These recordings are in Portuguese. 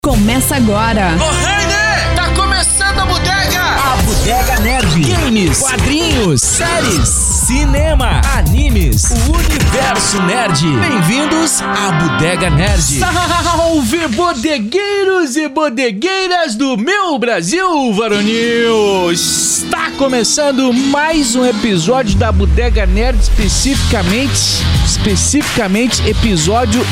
Começa agora. Ô, Heine! Tá começando a bodega! A Bodega Nerd. Games, quadrinhos, séries, cinema, animes, o universo nerd. Bem-vindos à Bodega Nerd. Salve, bodegueiros e bodegueiras do meu Brasil varonil! Está começando mais um episódio da Bodega Nerd, especificamente episódio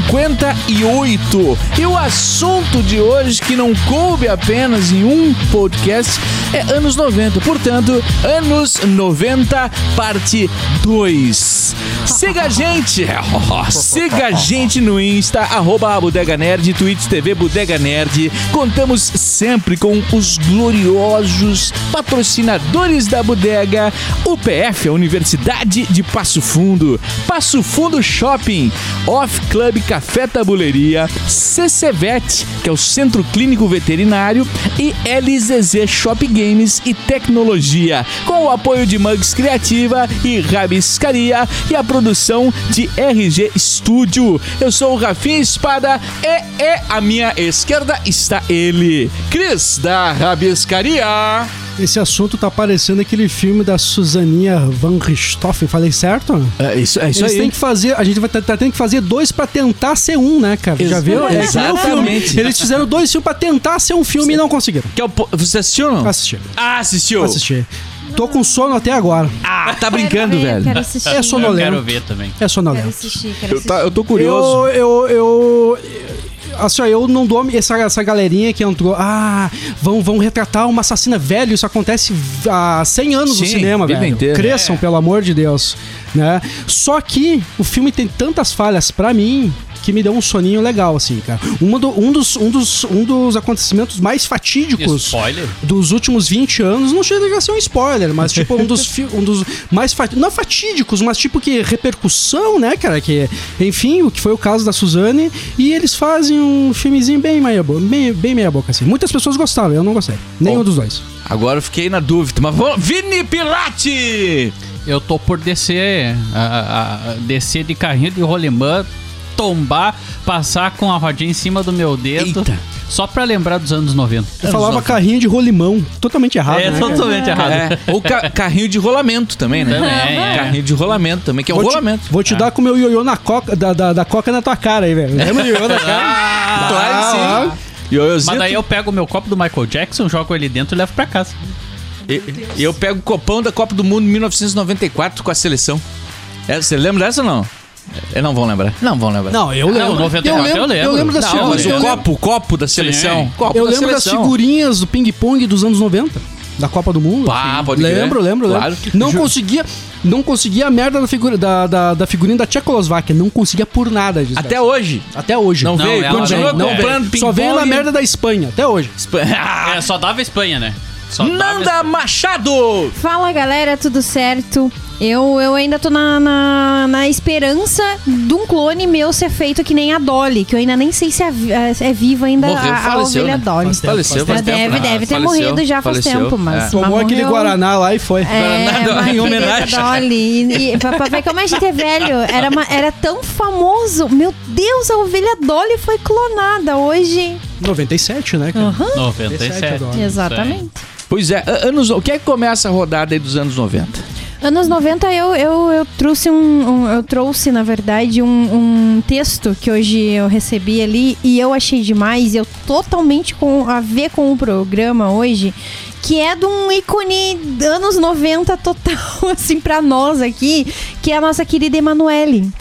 58. E o assunto de hoje, que não coube apenas em um podcast, é anos 90. Portanto, anos 90, parte 2. Siga a gente, siga a gente no Insta, @BodegaNerd, Twitch TV Bodega Nerd. Contamos sempre com os gloriosos patrocinadores da bodega: UPF, a Universidade de Passo Fundo, Passo Fundo Shopping, Off Club Café Tabuleria, CCVET, que é o Centro Clínico Veterinário, e LZZ Shop Games e Tecnologia, com o apoio de Mugs Criativa e Rabiscaria e a produção de RG Studio. Eu sou o Rafinha Espada e à minha esquerda está ele, Cris da Rabiscaria. Esse assunto tá parecendo aquele filme da Susaninha Van Richthofen, falei certo? É isso Eles aí. têm que fazer, a gente vai tendo que fazer dois pra tentar ser um, né, cara? Já viu? Exatamente. Eles fizeram dois filmes pra tentar ser um filme e não conseguiram. Você assistiu ou não? Assisti. Assistiu. Tô com sono até agora. Ah, tá brincando, velho. Quero assistir. É sonolento. Quero ver também. É sonolento. Quero assistir. Eu tô curioso. Assim, ó, eu não dou essa galerinha que entrou. Vão retratar uma assassina velha. Isso acontece há 100 anos no cinema, vida velho. inteira. Cresçam, pelo amor de Deus, né? Só que o filme tem tantas falhas pra mim que me deu um soninho legal, assim, cara. Um dos acontecimentos mais fatídicos Spoiler? dos últimos 20 anos, não chega a ser um spoiler, mas tipo um dos mais não fatídicos, mas tipo que repercussão, né, cara, que enfim, o que foi o caso da Suzane, e eles fazem um filmezinho bem meia boca, assim. Muitas pessoas gostaram, eu não gostei. Nenhum dos dois. Agora eu fiquei na dúvida, mas vamos... Vini Pilate! Eu tô por descer de carrinho de rolimã, tombar, passar com a rodinha em cima do meu dedo. Eita. Só pra lembrar dos anos 90. Eu falava carrinho de rolimão, totalmente errado, né, cara? Totalmente errado. Ou carrinho de rolamento também, né? Também, Carrinho de rolamento também, que é o rolamento. Vou te dar com o meu ioiô na coca, da coca na tua cara aí, velho. Lembra do ioiô na cara? Claro que sim. Mas daí eu pego o meu copo do Michael Jackson, jogo ele dentro e levo pra casa. E eu pego o copão da Copa do Mundo 1994 com a seleção. Você lembra dessa ou não? Não vão lembrar. Não, eu lembro. 94 eu lembro. Eu lembro das Não, mas figurinhas. o copo da seleção. Sim. Copo Eu da lembro das seleção. figurinhas do ping-pong dos anos 90, da Copa do Mundo. Pá, pode crer. Lembro. Claro. Não conseguia a merda da figurinha da Tchecoslováquia. Não conseguia por nada disso. Até hoje. Até hoje. Não veio. ela Continua não comprando Só veio na merda da Espanha, até hoje. Só dava Espanha, né? Só dava Nanda Machado! Fala, galera, tudo certo? Eu ainda tô na esperança de um clone meu ser feito que nem a Dolly, que eu ainda nem sei se é viva ainda. Morreu, a faleceu, ovelha né? Dolly. Faleceu faz tempo, Deve né? ter Faleceu, morrido já faz faleceu, tempo, mas Tomou morreu. aquele Guaraná lá e foi. Mas em querida homenagem. Dolly. E pra ver como a gente é velho, era tão famoso. Meu Deus, a ovelha Dolly foi clonada hoje. 97, né, cara? 97 agora. Exatamente. Pois é, o que é que começa a rodada aí dos anos 90? Anos 90 eu trouxe eu trouxe, na verdade, um texto que hoje eu recebi ali e eu achei demais, eu totalmente a ver com o programa hoje, que é de um ícone anos 90 total, assim, pra nós aqui, que é a nossa querida Emanuele.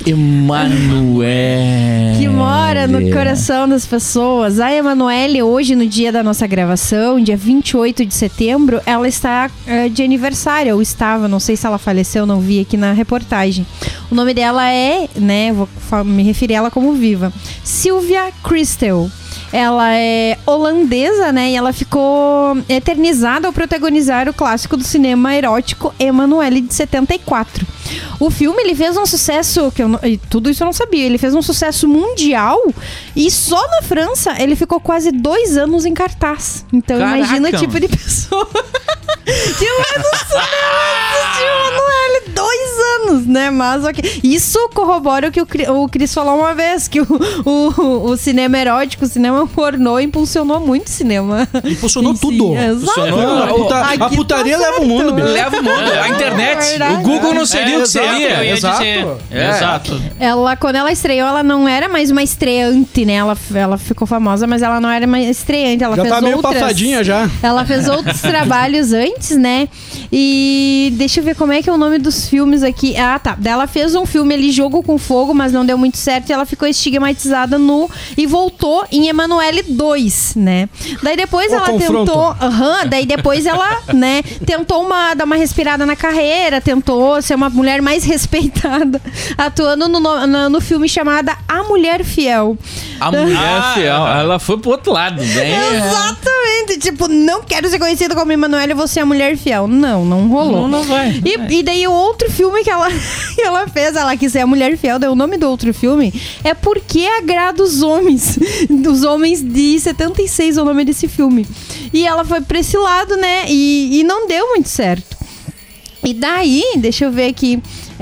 Emanuele. Que mora no coração das pessoas. A Emanuele, hoje, no dia da nossa gravação, dia 28 de setembro, ela está de aniversário, ou estava, não sei se ela faleceu, não vi aqui na reportagem. O nome dela é, né, vou me referir a ela como viva, Sylvia Kristel. Ela é holandesa, né? E ela ficou eternizada ao protagonizar o clássico do cinema erótico Emanuele, de 74. O filme, ele fez um sucesso, tudo isso eu não sabia, ele fez um sucesso mundial e só na França ele ficou quase 2 anos em cartaz. Então imagina o tipo de pessoa que vai no cinema assistir Emanuele, 2 anos. menos, né? Mas ok. Isso corrobora o que o Cris falou uma vez, que o cinema erótico, o cinema pornô impulsionou muito o cinema. Impulsionou Sim, tudo. Exato. A putaria leva o mundo, bicho. Leva o mundo, a internet. verdade. O Google não seria o que Eu seria. ia Exato. dizer. É. Exato. Ela, quando ela estreou, ela não era mais uma estreante, né? Ela ficou famosa, mas ela não era mais estreante. Ela Já fez tá meio outras... pafadinha já. Ela fez outros trabalhos antes, né? E deixa eu ver como é que é o nome dos filmes aqui. Ah, tá. Daí ela fez um filme ali, Jogo com Fogo, mas não deu muito certo e ela ficou estigmatizada e voltou em Emanuele 2, né? Daí depois ela confronto. tentou... daí depois ela, né, tentou dar uma respirada na carreira, tentou ser uma mulher mais respeitada, atuando no filme chamado A Mulher Fiel. A mulher fiel, ela foi pro outro lado, bem. Exatamente. Tipo, não quero ser conhecida como Emanuele, você é a mulher fiel. Não rolou. Não vai. E daí o outro filme que ela fez, ela quis ser a mulher fiel, daí o nome do outro filme é Porque Agrada os Homens. Dos Homens de 76 é o nome desse filme. E ela foi pra esse lado, né? E não deu muito certo. E daí, deixa eu ver aqui.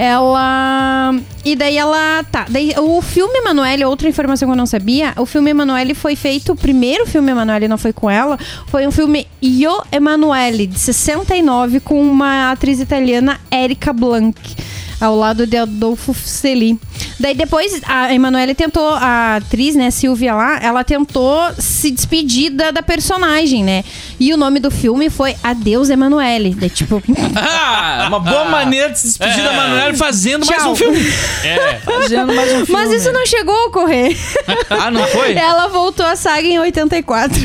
Daí o filme Emanuele, outra informação que eu não sabia, o filme Emanuele foi feito, o primeiro filme Emanuele não foi com ela, foi um filme Io Emanuele, de 69, com uma atriz italiana, Erika Blanc, ao lado de Adolfo Celi. Daí depois a Emanuele tentou, a atriz, né, Silvia lá, ela tentou se despedir da personagem, né? E o nome do filme foi Adeus Emanuele. Daí tipo... Uma boa maneira de se despedir da Manuela fazendo mais Tchau. um filme. Fazendo mais um filme. Mas isso não chegou a ocorrer. Ah, não foi? Ela voltou à saga em 84.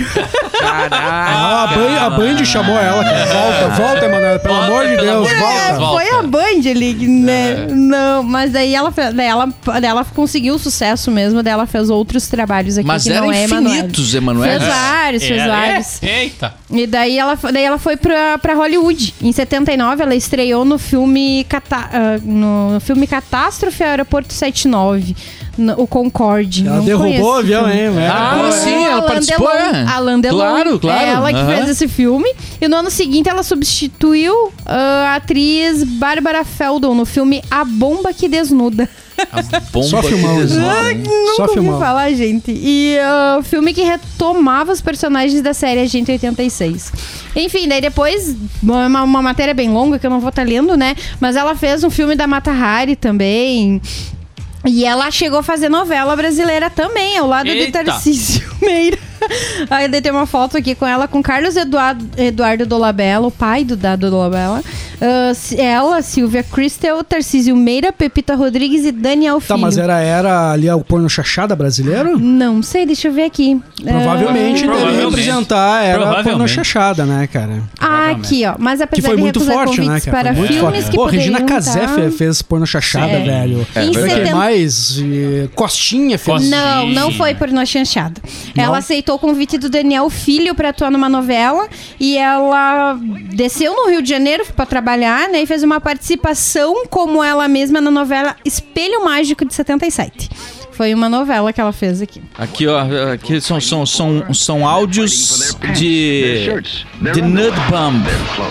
A Band chamou ela, cara. Volta, Emanuele, pelo amor de Deus, volta. Foi a Band ali, né? Não, mas daí ela conseguiu o sucesso mesmo, daí ela fez outros trabalhos aqui Mas que eram não é infinitos, Emanuele. Fez vários. Eita. E daí ela foi pra Hollywood. Em 79, ela estreou no filme Catástrofe Aeroporto 79, o Concorde. Ela Não derrubou conheço o avião, esse filme. hein? Ah, sim, ela participou. Alain Delon. Claro. Ela que fez esse filme. E no ano seguinte ela substituiu a atriz Bárbara Feldon no filme A Bomba que Desnuda. Só filmão. Nunca ouvi filmão. falar, gente. E o filme que retomava os personagens da série Agente 86. Enfim, daí depois, uma matéria bem longa que eu não vou estar lendo, né? Mas ela fez um filme da Mata Hari também. E ela chegou a fazer novela brasileira também, ao lado de Tarcísio Meira. Aí daí tem uma foto aqui com ela, com Carlos Eduardo Dolabella, o pai do Dado Dolabella. Ela, Silvia Christel, Tarcísio Meira, Pepita Rodrigues e Daniel Filho. Tá, mas era ali o porno chachada brasileiro? Não sei, deixa eu ver aqui. Provavelmente deve representar a porno chachada, né, cara? Aqui, ó. Mas Que apesar foi de muito recusar forte, né, convites cara? para Foi muito filmes forte. que Pô, Regina poderiam Casé estar... fez porno chachada, É. velho. Em Foi o que 70 mais? Costinha fez. Não foi pornô chanchada. Ela aceitou o convite do Daniel Filho pra atuar numa novela e ela desceu no Rio de Janeiro pra trabalhar, né? E fez uma participação como ela mesma na novela Espelho Mágico de 77. Foi uma novela que ela fez aqui. Aqui, ó. Aqui são áudios de Nud Bomb.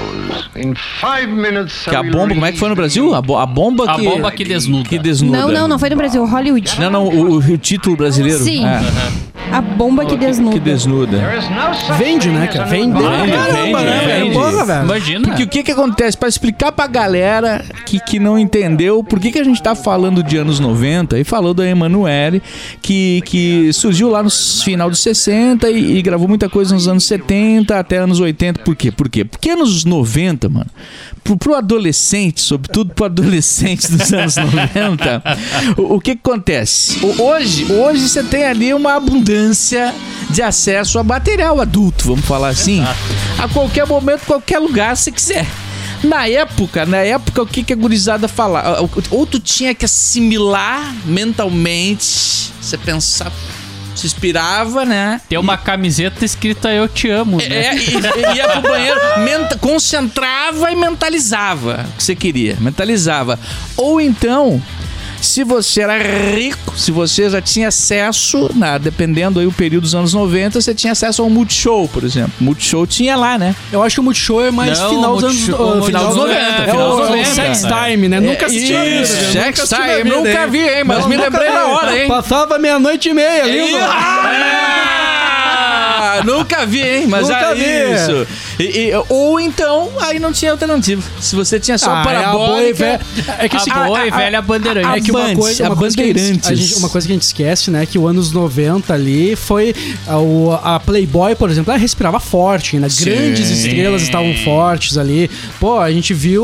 Que a bomba, como é que foi no Brasil? A bomba que... A bomba que desnuda. Que desnuda. Não foi no Brasil, Hollywood. Não, o título brasileiro. Sim. É. A bomba que desnuda. Que desnuda. Vende, né, cara? Vende. Caramba, né, velho? Porra, velho. Imagina. Porque o que acontece? Pra explicar pra galera que não entendeu por que a gente tá falando de anos 90 e falou da Emanuele, que surgiu lá no final dos 60 e gravou muita coisa nos anos 70 até anos 80. Por quê? Porque anos 90, mano, pro adolescente, sobretudo pro adolescente dos anos 90, o que acontece? Hoje você tem ali uma abundância de acesso a material adulto, vamos falar assim, a qualquer momento, qualquer lugar, se quiser. Na época, o que a gurizada falava? Ou tu tinha que assimilar mentalmente, você pensava, se inspirava, né? Tem uma camiseta escrita Eu Te Amo, né? Ia pro banheiro, concentrava e mentalizava o que você queria. Mentalizava. Ou então, Se você era rico, se você já tinha acesso, dependendo aí o período dos anos 90, você tinha acesso ao Multishow, por exemplo. Multishow tinha lá, né? Eu acho que o Multishow é mais final dos anos 90. É o Sex Time, né? Nunca assisti. Isso, Sex Time. Nunca vi, hein? Mas me lembrei na hora, hein? Passava 00:30 ali. Nunca vi, hein? Mas Nunca vi. isso. Ou então, aí não tinha alternativa. Se você tinha só parabólica... É que A boa e velha Bandeirante. É que uma coisa que uma coisa que a gente esquece, né? Que o anos 90 ali foi... A Playboy, por exemplo, ela respirava forte, né? Grandes estrelas estavam fortes ali. Pô, a gente viu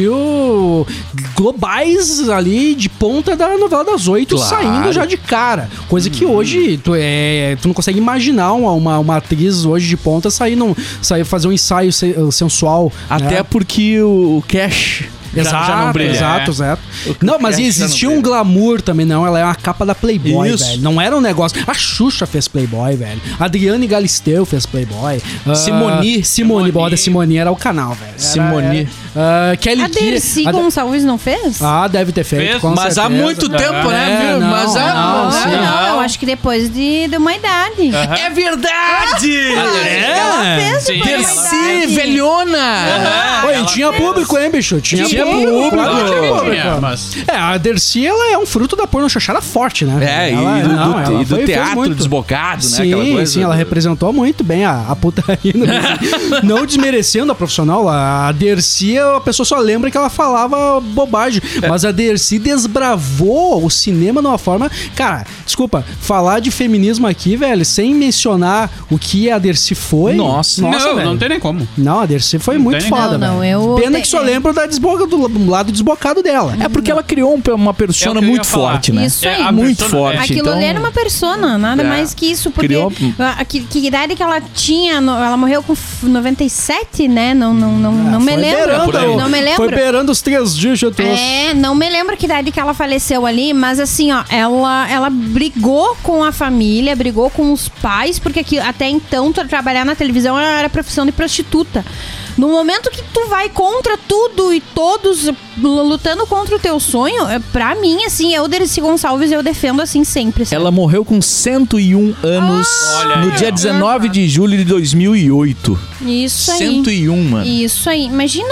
globais ali de ponta da novela das 8 saindo já de cara. Coisa que hoje tu não consegue imaginar uma atriz hoje de ponta sair fazer um ensaio sensual. Até né? porque o cash... já não brilha. Exato. Não, mas existia um glamour também, não. Ela é uma capa da Playboy, velho. Não era um negócio. A Xuxa fez Playboy, velho. A Adriane Galisteu fez Playboy. Simone, Boda Simone era o canal, velho. Simone. Kelly A Dercy Gonçalves não fez? Deve ter feito. Com mas certeza. há muito tempo, né? Viu? Não, eu acho que depois de uma idade. É verdade! Ela fez depois de uma Dercy, idade. velhona! Oi, tinha público, hein, bicho? Tinha público. Mas... A Dercy, ela é um fruto da porno chanchada forte, né? E do teatro desbocado, né? Aquela coisa. Sim, ela representou muito bem a putaria. Não desmerecendo a profissional. A Dercy, a pessoa só lembra que ela falava bobagem. Mas a Dercy desbravou o cinema de uma forma... Cara, desculpa, falar de feminismo aqui, velho, sem mencionar o que a Dercy foi... Nossa, velho. Não tem nem como. Não, a Dercy foi muito foda, velho. Pena que só lembro do lado desbocado dela. É porque ela criou uma persona muito forte, né? Isso aí. Muito forte. Aquilo ali era uma persona, nada mais que isso. Porque que idade que ela tinha? Ela morreu com 97, né? Não me lembro. Não me lembro. Foi beirando os 3 dias, eu trouxe. Não me lembro que idade que ela faleceu ali, mas assim, ó, ela brigou com a família, brigou com os pais, porque até então, trabalhar na televisão era profissão de prostituta. No momento que tu vai contra tudo e todos lutando contra o teu sonho, pra mim, assim, eu, Dercy Gonçalves, eu defendo assim sempre. Sabe? Ela morreu com 101 anos no dia 19 de julho de 2008. Isso aí. 101, mano. Isso aí. Imagina,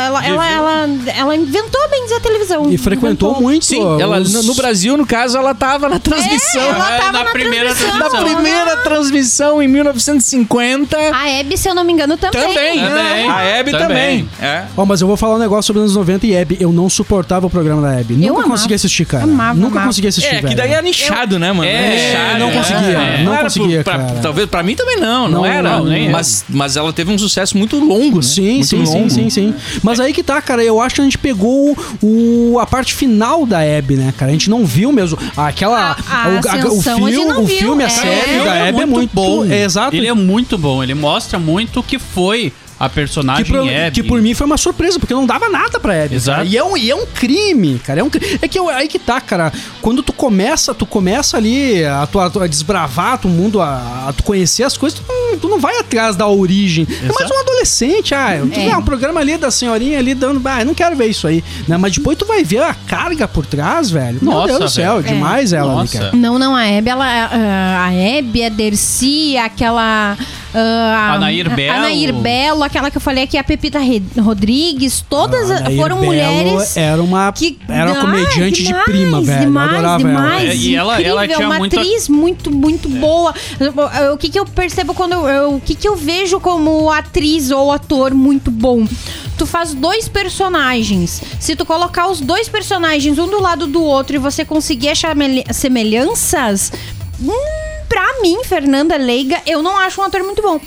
ela inventou, bem dizer, a televisão. E frequentou muito. Sim, ela, no Brasil, no caso, ela tava na transmissão. Ela tava na primeira transmissão. Na primeira transmissão, em 1950. A Hebe, se eu não me engano, também. A Hebe também. Mas eu vou falar um negócio sobre os anos 90 e Hebe. Eu não suportava o programa da Hebe. Nunca consegui assistir, cara. Nunca consegui assistir, velho. Que daí é nichado, né, mano? Não conseguia. Não conseguia, cara. Talvez pra mim também não era. Mas ela teve um sucesso muito longo, né? Sim. Mas aí que tá, cara. Eu acho que a gente pegou a parte final da Hebe, né, cara? A gente não viu mesmo. O filme, a série da Hebe é muito bom. Exato. Ele é muito bom. Ele mostra muito o que foi a personagem Hebe. Que por mim foi uma surpresa, porque não dava nada pra Hebe. Exato. E é um crime, cara. Aí que tá, cara. Quando tu começa ali a desbravar o mundo, a tu conhecer as coisas, tu não vai atrás da origem. É mais um adolescente. Tu vê um programa ali da senhorinha ali dando... eu não quero ver isso aí. Né? Mas depois tu vai ver a carga por trás, velho. Nossa, meu Deus do céu, demais ela ali, cara. Não, a Hebe, a Hebe, a Dercy, aquela... a Nair Belo, aquela que eu falei aqui, a Pepita Rodrigues, todas foram mulheres. Era uma comediante de prima, velho. Eu adorava ela. E ela tinha uma atriz muito, muito boa. O que eu percebo o que eu vejo como atriz ou ator muito bom? Tu faz 2 personagens. Se tu colocar os 2 personagens um do lado do outro e você conseguir achar semelhanças... Pra mim, Fernanda Leiga, eu não acho um ator muito bom.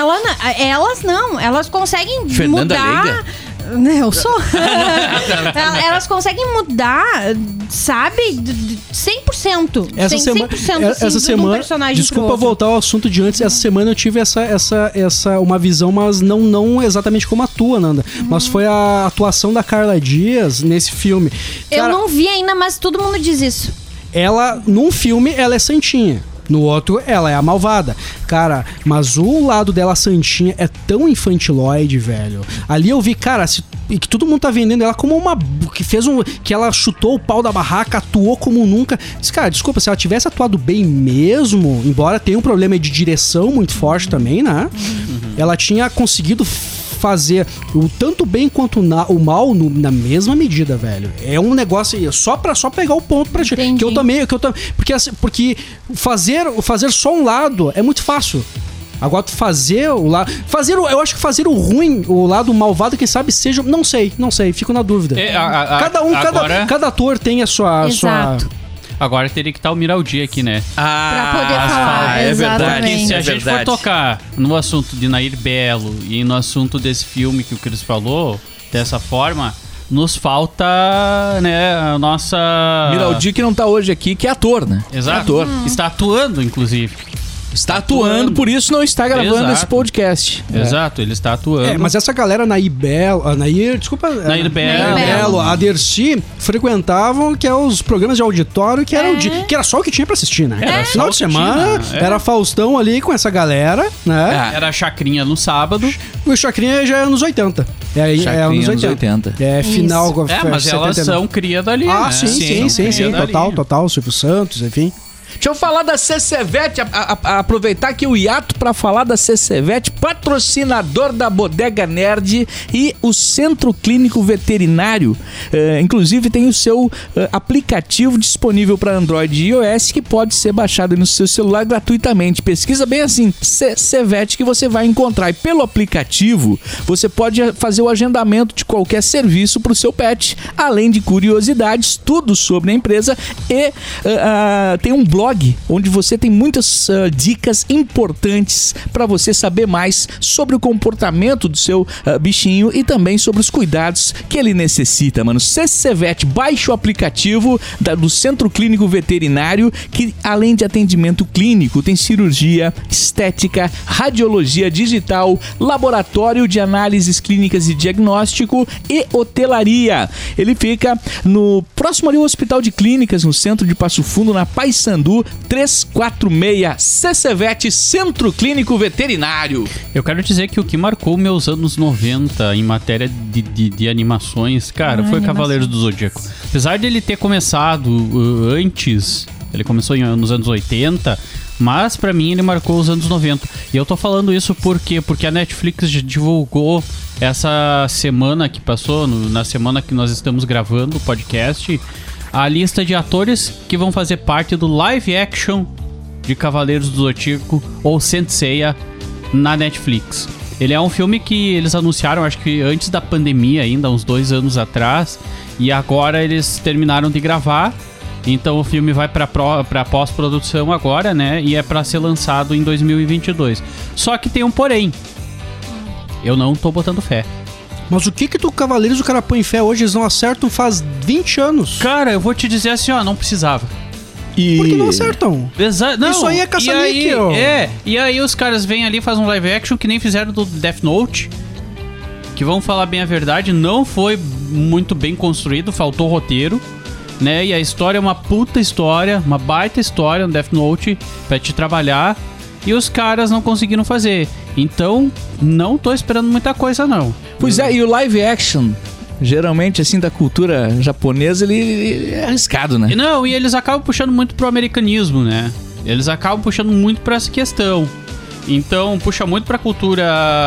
Elas conseguem Fernanda mudar... Leiga? Eu sou. Elas conseguem mudar, sabe? 100%. Essa semana, personagem. Desculpa voltar ao assunto de antes. Essa semana eu tive uma visão, mas não exatamente como a tua, Nanda. Mas foi a atuação da Carla Dias nesse filme. Cara, eu não vi ainda, mas todo mundo diz isso. Ela, num filme, ela é santinha. No outro, ela é a malvada. Cara, mas o lado dela, santinha, é tão infantiloide, velho. Ali eu vi, cara, que todo mundo tá vendendo ela como uma... Que ela chutou o pau da barraca, atuou como nunca. Cara, desculpa, se ela tivesse atuado bem mesmo, embora tenha um problema de direção muito forte também, né? Ela tinha conseguido fazer o tanto bem quanto o mal na mesma medida, velho. É um negócio aí, só pegar o ponto pra ti. Porque fazer só um lado é muito fácil. Agora, eu acho que fazer o ruim, o lado malvado, quem sabe seja... Não sei, fico na dúvida. Cada ator tem a sua... Agora teria que estar o Miraldi aqui, né? Pra poder falar, é verdade. exatamente. Se a gente for tocar no assunto de Nair Belo e no assunto desse filme que o Cris falou, dessa forma, nos falta, né, a nossa... Miraldi, que não tá hoje aqui, que é ator, né? Exato. É ator. Está atuando, inclusive. Está atuando, por isso não está gravando esse podcast. Exato, ele está atuando. Mas essa galera Nair Belo, a Dercy, frequentavam que é os programas de auditório que era só o que tinha pra assistir, né? Era final de semana, era Faustão ali com essa galera, né? Era a Chacrinha no sábado. O Chacrinha já é anos 80. É anos 80. É final... mas elas são cria dali, né? Sim. Total. Silvio Santos, enfim. Deixa eu falar da CCVET, aproveitar aqui o hiato para falar da CCVET, patrocinador da Bodega Nerd e o Centro Clínico Veterinário. Inclusive tem o seu aplicativo disponível para Android e iOS que pode ser baixado no seu celular gratuitamente. Pesquisa bem assim, CCVET, que você vai encontrar. E pelo aplicativo você pode fazer o agendamento de qualquer serviço para o seu pet, além de curiosidades, tudo sobre a empresa e tem um blog onde você tem muitas dicas importantes para você saber mais sobre o comportamento do seu bichinho e também sobre os cuidados que ele necessita, mano. CCVET, baixe o aplicativo do Centro Clínico Veterinário, que além de atendimento clínico, tem cirurgia, estética, radiologia digital, laboratório de análises clínicas e diagnóstico e hotelaria. Ele fica no próximo ali ao Hospital de Clínicas, no centro de Passo Fundo, na Paissandu, 346 CCVET, Centro Clínico Veterinário. Eu quero dizer que o que marcou meus anos 90 em matéria de animações, cara, foi Cavaleiros do Zodíaco. Apesar de ele ter começado antes, ele começou nos anos 80, mas pra mim ele marcou os anos 90. E eu tô falando isso porque a Netflix divulgou essa semana que passou, na semana que nós estamos gravando o podcast, a lista de atores que vão fazer parte do live action de Cavaleiros do Zodíaco ou Saint Seiya na Netflix. Ele é um filme que eles anunciaram, acho que antes da pandemia ainda, uns 2 anos atrás, e agora eles terminaram de gravar, então o filme vai pra pós-produção agora, né, e é pra ser lançado em 2022. Só que tem um porém, eu não tô botando fé. Mas o que do Cavaleiros o cara põe em fé hoje? Eles não acertam faz 20 anos. Cara, eu vou te dizer assim, ó, não precisava. Por que não acertam? Não, isso aí é caça-níquel. E aí os caras vêm ali e fazem um live action que nem fizeram do Death Note, que vamos falar bem a verdade, não foi muito bem construído, faltou roteiro, né? E a história é uma puta história, uma baita história, um Death Note pra te trabalhar, e os caras não conseguiram fazer. Então, não tô esperando muita coisa, não. Pois é, e o live action, geralmente, assim, da cultura japonesa, ele é arriscado, né? E eles acabam puxando muito pro americanismo, né? Eles acabam puxando muito pra essa questão. Então, puxa muito pra cultura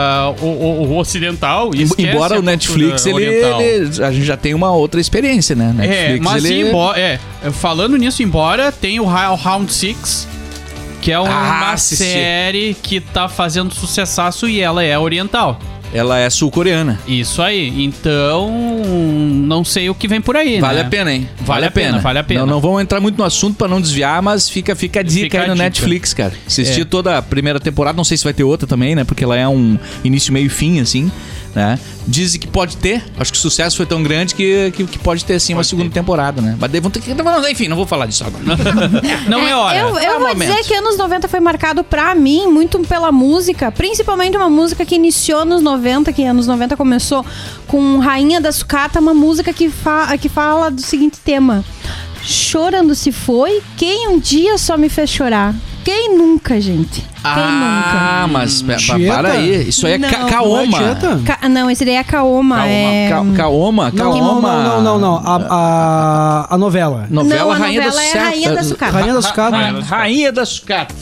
ocidental. E embora o Netflix, a gente já tem uma outra experiência, né? Netflix, falando nisso, embora tem o Round 6, que é uma série que tá fazendo sucessaço e ela é oriental. Ela é sul-coreana. Isso aí. Então, não sei o que vem por aí, vale né? a pena, hein? Vale a pena. Não vamos entrar muito no assunto pra não desviar, mas fica a dica aí no Netflix, cara. Assistir toda a primeira temporada, não sei se vai ter outra também, né? Porque ela é um início, meio e fim, assim, né? Dizem que pode ter. Acho que o sucesso foi tão grande que pode ter, sim, uma segunda temporada, né? Mas daí vão ter que... Enfim, não vou falar disso agora. Não é hora. Eu vou dizer que anos 90 foi marcado pra mim muito pela música, principalmente uma música que iniciou nos 90, que anos 90 começou com Rainha da Sucata, uma música que fala do seguinte tema: chorando se foi quem um dia só me fez chorar. Quem nunca, gente? Quem nunca? Mas Tieta? para aí. Isso aí é Não. Kaoma. Não é Tieta? Não, esse daí é Kaoma. Kaoma. Não. A novela. Novela Não, a Rainha novela da é Sucata. Rainha da Sucata. Rainha da Sucata. Rainha da Sucata.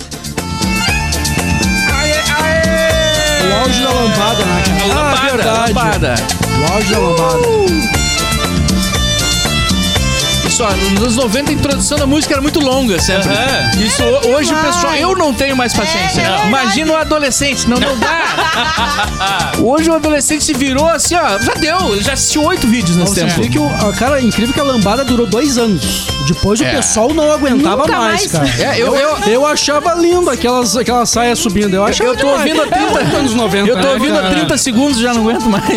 O auge da lambada, né, cara? Verdade. Lambada. O auge da lambada. Isso, ó, nos anos 90 a introdução da música era muito longa sempre. Isso, hoje o pessoal... Eu não tenho mais paciência. Imagina o adolescente, não dá. Hoje o adolescente se virou assim, ó, já deu. Ele já assistiu 8 vídeos nesse Você tempo. vê que cara, é incrível que a lambada durou 2 anos. Depois o pessoal não aguentava Nunca mais, cara. Eu achava lindo aquela saia subindo. Eu achava Eu tô ouvindo há 30 anos 90. Eu tô né, ouvindo há cara? 30 segundos e já não aguento mais.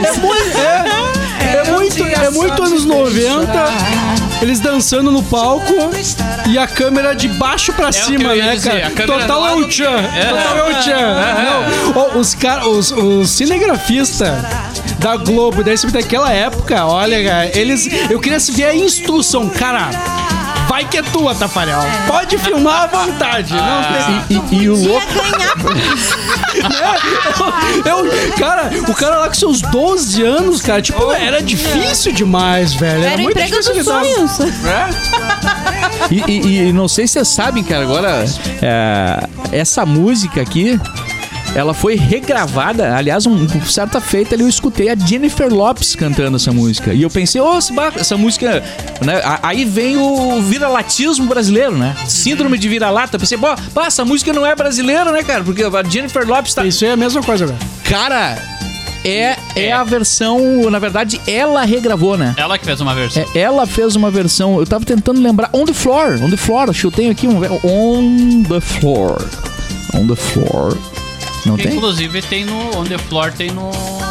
É muito anos 90. Eles dançando no palco e a câmera de baixo pra cima, que eu ia né, dizer, cara? a câmera Total do é lado- o Tchan. Total é o Tchan. Não, os cinegrafistas da Globo, da SBT daquela época, olha, cara, eu queria ver a instrução, cara. Vai que é tua, Tafarel. Pode filmar à vontade. Não tem... E o louco... Cara, o cara lá com seus 12 anos, cara, tipo, era difícil demais, velho. Era o muito emprego difícil dos lidar. sonhos. E não sei se vocês sabem, cara, agora essa música aqui, ela foi regravada. Aliás, certa feita ali eu escutei a Jennifer Lopez cantando essa música. E eu pensei, essa música, né? Aí vem o viralatismo brasileiro, né? Síndrome de vira-lata. Pensei, essa música não é brasileira, né, cara? Porque a Jennifer Lopez tá... Isso aí é a mesma coisa, velho. Cara, é a versão... Na verdade, ela regravou, né? Ela que fez uma versão. Ela fez uma versão... Eu tava tentando lembrar... On the Floor. Acho que eu tenho aqui On the Floor. Não tem? Inclusive tem no On The Floor, tem no...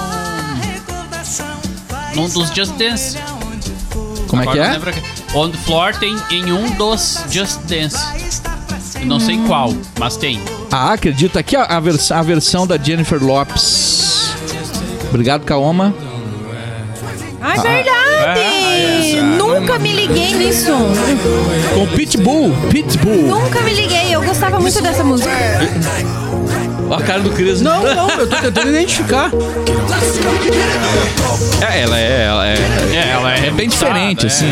Num dos Just Dance. Como é que Agora é? não lembro aqui. On The Floor tem em um dos Just Dance. Eu não sei qual, mas tem. Acredito. Aqui ó, a versão da Jennifer Lopez. Obrigado, Kaoma. Ai, verdade! Nunca me liguei nisso. Com Pitbull. Nunca me liguei. Eu gostava muito dessa música. Ó a cara do Cris. Não, eu tô tentando identificar. Ela é bem diferente, assim.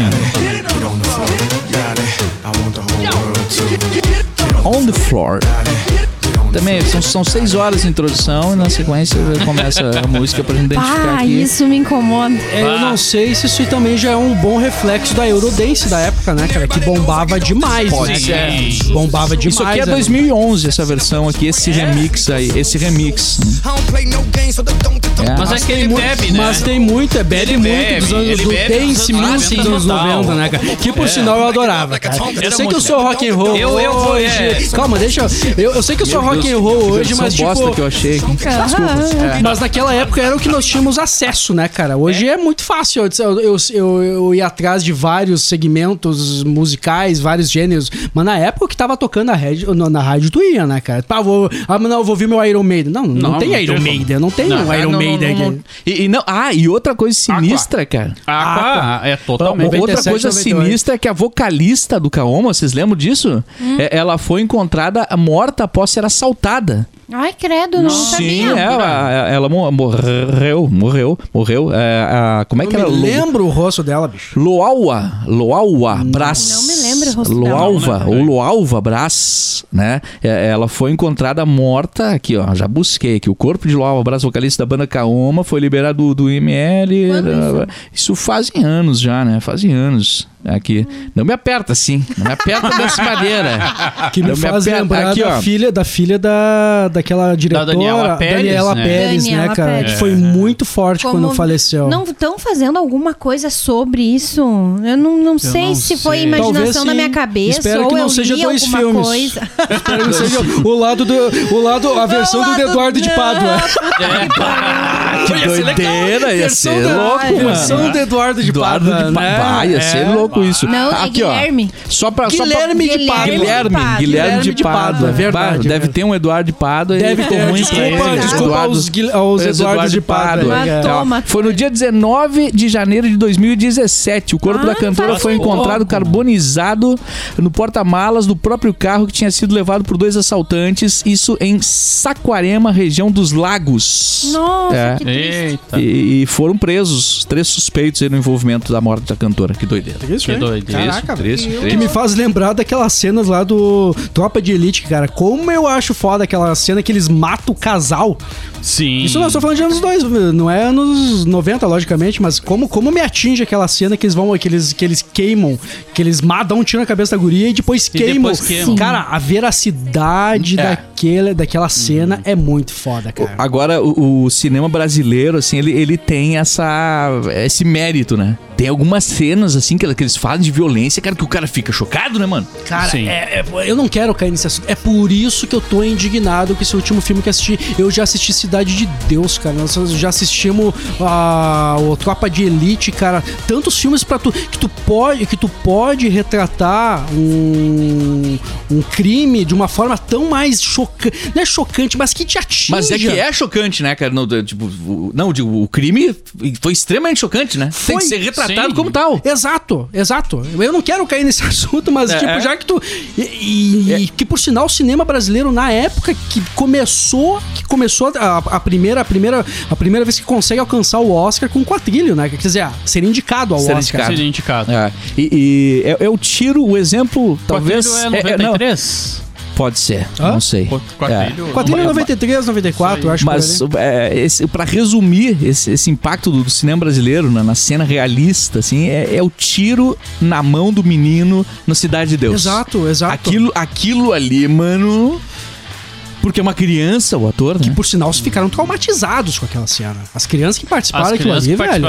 On the Floor. Também são 6 horas de introdução e na sequência começa a música pra gente identificar aqui. Isso me incomoda. Eu não sei se isso também já é um bom reflexo da Eurodance da época, né, cara? Que bombava demais, Pode né? ser. Bombava demais. Isso aqui é 2011, essa versão aqui, esse remix aí, esse remix. Mas é que ele bebe, né? Mas tem muito, bebe muito dos anos do dance music dos anos 90, né, cara? Que por sinal eu adorava, cara. Eu sei que eu sou rock and roll hoje. Calma, deixa eu sei que eu sou rock and roll hoje, mas tipo... bosta que eu achei aqui. Mas naquela época era o que nós tínhamos acesso, né, cara? Hoje é muito fácil. Eu ia atrás de vários segmentos musicais, vários gêneros. Mas na época que tava tocando na rádio, tu ia, né, cara? Vou ouvir meu Iron Maiden. Não tem Iron Maiden. Não tem um Iron Maiden aqui. E outra coisa sinistra, cara. É totalmente. Outra 97, coisa 98. sinistra é que a vocalista do Kaoma, vocês lembram disso? Ela foi encontrada morta após ser assaltada. Ai, credo, não Sim, sabia. ela morreu. Como é que era? Eu me lembro o rosto dela, bicho. Loalva Brás. Não me lembro o rosto dela. Loalva Brás, né? Ela foi encontrada morta, aqui ó, já busquei aqui. O corpo de Loalva Brás, vocalista da banda Kaoma, foi liberado do IML. Isso fazem anos já, né? Fazem anos. Aqui. Não me aperta assim. Não me aperta dessa madeira. Que me faz lembrar aqui, da filha daquela diretora, Daniela Pérez, né, Daniela cara? Pérez. Que foi muito forte quando faleceu. Não estão fazendo alguma coisa sobre isso? Eu não sei se foi sei. imaginação Talvez da sim. minha cabeça Espero ou que não eu seja li 2 alguma filmes. coisa. Espero que seja a versão do Eduardo de Pádua. Que doideira, ia ser louco, mano. Versão do Eduardo de Pádua, né? Ia ser louco isso. Não, é Aqui, ó. Guilherme. Guilherme de Pádua. Guilherme de Pádua. Verdade. Deve ter um Eduardo de Pádua. Deve ter. Desculpa aos Eduardos de Pádua. Matou. Foi no dia 19 de janeiro de 2017. O corpo da cantora foi encontrado carbonizado no porta-malas do próprio carro que tinha sido levado por 2 assaltantes. Isso em Saquarema, região dos Lagos. Nossa, que triste. Eita. E foram presos 3 suspeitos aí no envolvimento da morte da cantora. Que doideira. Que doideira. Caraca, Triste. que me faz lembrar daquelas cenas lá do Tropa de Elite, cara. Como eu acho foda aquela cena que eles matam o casal. Sim. Isso nós estamos falando de anos 2, não é anos 90, logicamente, mas como me atinge aquela cena que eles vão, que eles queimam, que eles dão um tiro na cabeça da guria e depois queimam. Cara, a veracidade daquela cena é muito foda, cara. Agora, o cinema brasileiro, assim, ele tem esse mérito, né? Tem algumas cenas, assim, que eles falam de violência, cara, que o cara fica chocado, né, mano? Cara, eu não quero cair nesse assunto. É por isso que eu tô indignado com esse último filme que assisti. Eu já assisti Cidade de Deus, cara. Nós já assistimos o Tropa de Elite, cara. Tantos filmes pra que tu pode retratar um crime de uma forma tão mais chocante. Não é chocante, mas que te atinge. Mas é que é chocante, né, cara? O crime foi extremamente chocante, né? Tem que ser retratado como tal. Exato. Eu não quero cair nesse assunto, mas já que tu... que por sinal o cinema brasileiro, na época que começou a primeira vez que consegue alcançar o Oscar com Quatrilho, né? Quer dizer, ser indicado ao Oscar. Ser indicado. É o tiro, o exemplo, talvez... Quatrilho é 93? Pode ser, não sei. Quatrilho é 93, 94, eu acho. Mas pra resumir esse impacto do cinema brasileiro na cena realista, assim, é o tiro na mão do menino no Cidade de Deus. Exato. Aquilo ali, mano... Porque é uma criança, o ator, né? Que, por sinal, ficaram traumatizados com aquela cena. As crianças que participaram daquilo ali, velho.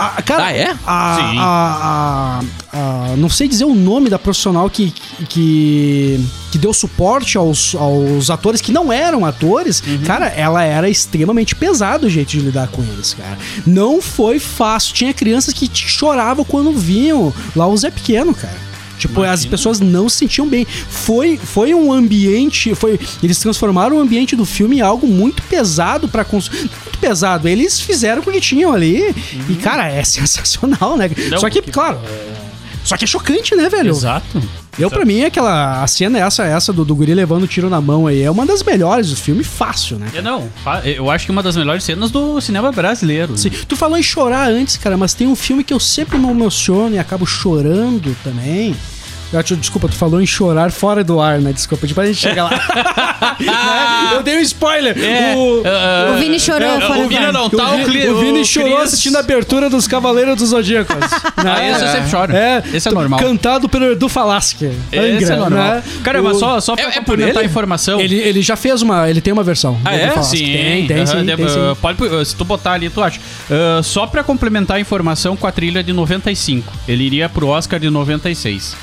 Não sei dizer o nome da profissional que deu suporte aos atores que não eram atores. Cara, ela era extremamente pesada o jeito de lidar com eles, cara. Não foi fácil. Tinha crianças que choravam quando viam lá o Zé Pequeno, cara. Tipo, as pessoas não se sentiam bem. Foi um ambiente... Eles transformaram o ambiente do filme em algo muito pesado pra consumir. Muito pesado. Eles fizeram o que tinham ali. E, cara, é sensacional, né? Só que, claro... Só que é chocante, né, velho? Exato. Pra mim, a cena essa do guri levando o tiro na mão aí é uma das melhores do filme, fácil, né? Eu acho que uma das melhores cenas do cinema brasileiro. Sim. Tu falou em chorar antes, cara, mas tem um filme que eu sempre me emociono e acabo chorando também. Desculpa, tu falou em chorar fora do ar, né? Desculpa, depois a gente chega lá. Eu dei um spoiler. O Vini chorou fora do ar. O Vini chorou assistindo a abertura dos Cavaleiros dos Zodíacos. Esse eu sempre choro. Esse é normal. Cantado pelo Edu Falaschi. Esse é normal. Né? Cara, mas só pra complementar a informação. Ele já fez ele tem uma versão. Sim. Tem sim. Pode, se tu botar ali, tu acha. Só pra complementar a informação, Quatrilho é de 95. Ele iria pro Oscar de 96.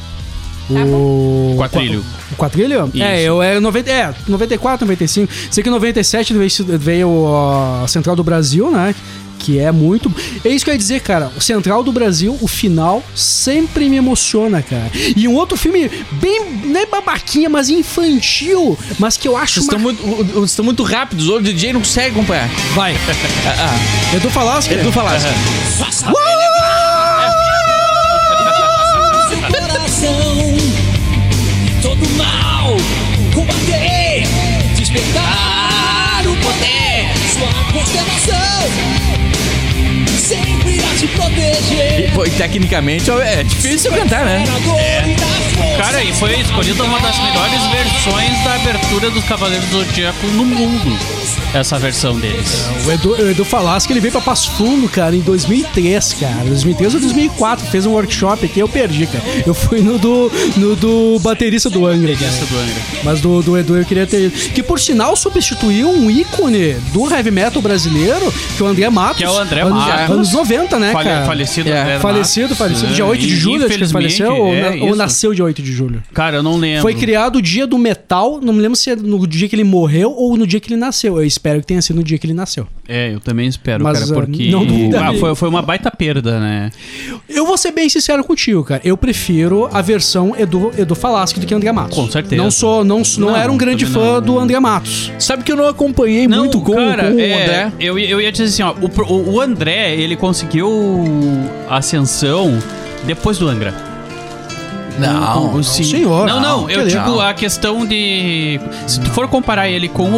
O Quatrilho. O Quatrilho? Isso. 94, 95. Sei que em 97 veio a Central do Brasil, né? Que é muito... É isso que eu ia dizer, cara. O Central do Brasil, o final, sempre me emociona, cara. E um outro filme bem... Não é babaquinha, mas infantil. Mas que eu acho... Vocês estão muito rápidos. O DJ não consegue acompanhar. Vai. Edu Falaschi. Todo mal, combater, despertar o poder, sua constelação sempre irá te proteger. E tecnicamente é difícil cantar, né? Cara, e foi escolhida uma das melhores versões da abertura dos Cavaleiros do Zodíaco no mundo. Essa versão deles. O Edu Falaschi, ele veio pra Passo Fundo, cara, em 2003, cara. 2003 ou 2004, fez um workshop aqui, eu perdi, cara. Eu fui no do baterista do Angra, cara. Mas do Edu eu queria ter ido. Que, por sinal, substituiu um ícone do heavy metal brasileiro, que é o André Matos. Que é o André Matos. Anos 90, né, cara? Falecido. Falecido, dia 8 de julho, acho que ele faleceu. Ou nasceu dia 8. 28 de julho. Cara, eu não lembro. Foi criado o dia do metal, não me lembro se é no dia que ele morreu ou no dia que ele nasceu. Eu espero que tenha sido no dia que ele nasceu. É, eu também espero, Mas, cara, porque não duvidaria. foi uma baita perda, né? Eu vou ser bem sincero contigo, cara. Eu prefiro a versão Edu Falaschi do que André Matos. Com certeza. Não era um grande também fã não. do André Matos. Sabe que eu não acompanhei muito com o André? Eu ia dizer assim, ó, o André, ele conseguiu a ascensão depois do Angra. Não, Sim. senhor. Não, eu que digo a questão de... Se tu for comparar ele com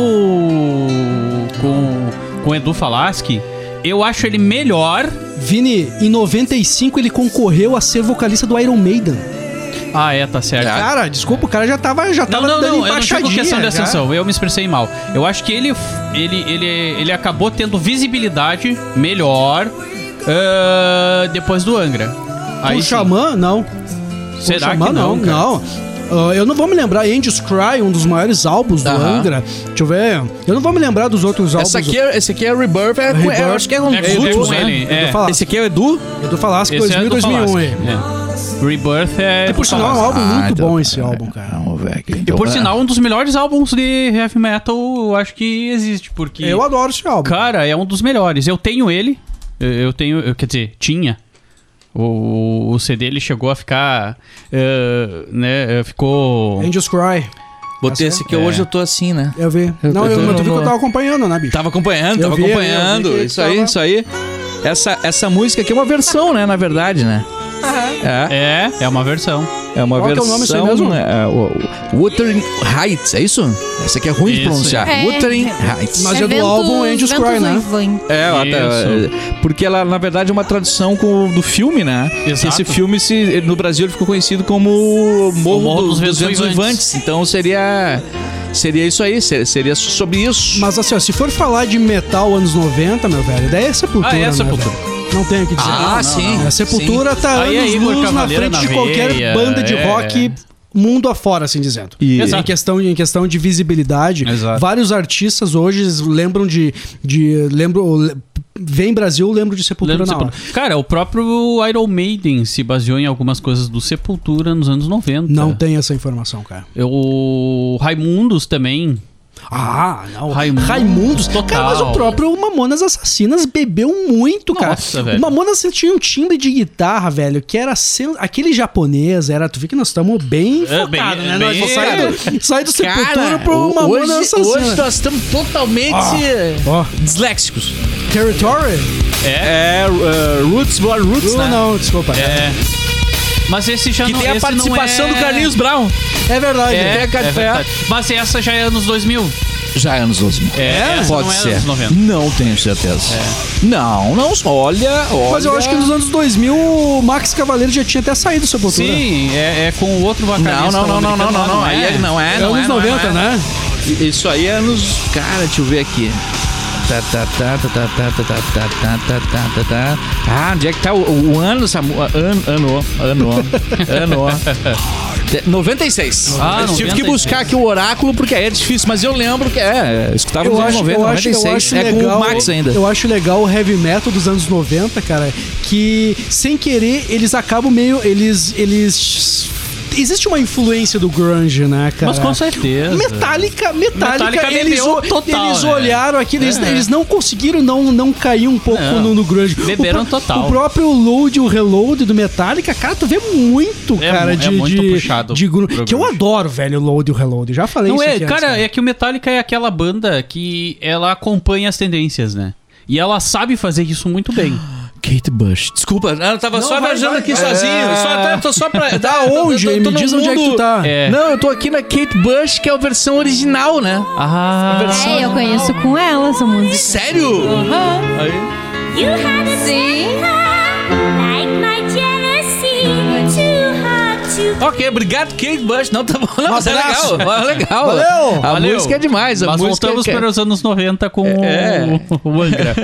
o Edu Falaschi, eu acho ele melhor. Vini, em 95 ele concorreu a ser vocalista do Iron Maiden. Ah, tá certo. Cara, desculpa, o cara já tava dando Não, eu não embaixadinha. digo questão de já. ascensão, eu me expressei mal. Eu acho que ele acabou tendo visibilidade melhor depois do Angra. O Xamã, não. Será o Xamã, que não, cara? Não. Eu não vou me lembrar. Angels Cry, um dos maiores álbuns do Angra. Deixa eu ver. Eu não vou me lembrar dos outros álbuns. Esse aqui é Rebirth. Eu acho que é um dos com últimos, ele. né? É. Esse aqui é o Edu? Edu Falaschi, Esse 2000 é do 2001. Falaschi, Rebirth é... E por sinal, é um álbum muito então bom esse álbum, cara. Vamos ver aqui. E por sinal, um dos melhores álbuns de heavy metal, eu acho que existe, porque... Eu adoro esse álbum. Cara, é um dos melhores. Eu tenho ele. Quer dizer, tinha. O CD, ele chegou a ficar... ficou... Angels Cry. Botei esse aqui, hoje eu tô assim, né? Eu vi. Mas tu viu que eu tava acompanhando, né, bicho? Tava acompanhando. Eu vi que Isso aí. Essa música aqui é uma versão, né? Na verdade, né? É uma versão. É uma Qual que é o nome disso aí mesmo? Wuthering Heights, é isso? Essa aqui é ruim de Isso. pronunciar. É. Wuthering Heights. Mas é do álbum Angels Cry, né? Porque ela, na verdade, é uma tradução do filme, né? Exato. Esse filme, no Brasil, ele ficou conhecido como Morro dos Ventos Uivantes. Então seria isso aí, seria sobre isso. Mas assim, ó, se for falar de metal anos 90, meu velho, daí é Sepultura, né, Sepultura. velho? Não tem o que dizer. Sim. A Sepultura tá Aí é anos Igor luz na Cavaleiro frente de na qualquer veia, banda de rock mundo afora, assim dizendo. Exato. Em questão de visibilidade, Exato. vários artistas hoje lembram vem Brasil, lembro de Sepultura na hora. Cara, o próprio Iron Maiden se baseou em algumas coisas do Sepultura nos anos 90. Não tem essa informação, cara. O Raimundos também. Não. Raimundos, total. Cara, mas o próprio Mamonas Assassinas bebeu muito, cara. Nossa, velho. O Mamonas tinha um timbre de guitarra, velho, que era aquele japonês, tu vê que nós estamos bem focados, né? Nós vamos sair do Sepultura pro Mamonas Assassinas. Hoje nós estamos totalmente disléxicos. Territory? Roots, Born Roots, né? Não, desculpa. Mas esse já Que não tem a esse participação não do Carlinhos Brown. É verdade. É verdade. Mas essa já é anos 2000. Já é anos 2000. Essa Pode não é ser. anos 90. Não tenho certeza. Não, olha. Mas eu acho que nos anos 2000 o Max Cavaleiro já tinha até saído do Sepultura. Sim, é com o outro vocalista. Não. Aí não é. É anos 90, né? Isso aí é anos... Cara, deixa eu ver aqui. Onde é que tá o ano? Ano. 96. Eu tive que buscar aqui o oráculo porque aí é difícil, mas eu lembro que escutava nos anos 90, 96. É com o Max ainda. Eu acho legal o heavy metal dos anos 90, cara, que sem querer eles acabam meio... Existe uma influência do grunge, né, cara? Mas com certeza. Metallica eles total, olharam aquilo, eles não conseguiram não cair um pouco no grunge. Beberam total. O próprio Load e o Reload do Metallica, cara, tu vê muito, cara, muito puxado de grunge. Que eu adoro, velho, o Load e o Reload. Já falei isso aqui cara, antes, é que o Metallica é aquela banda que ela acompanha as tendências, né? E ela sabe fazer isso muito bem. Kate Bush. Desculpa, eu tava só viajando aqui sozinho. Tô só pra... Tá onde? Me diz onde é que tu tá. Não, eu tô aqui na Kate Bush, que é a versão original, né? Eu conheço com ela essa música. Sério? Sim. Ok, obrigado, Kate Bush. Não, tá bom. Não, mas é legal. Legal. Valeu. A música é demais. Mas voltamos para os anos 90 com o Angra.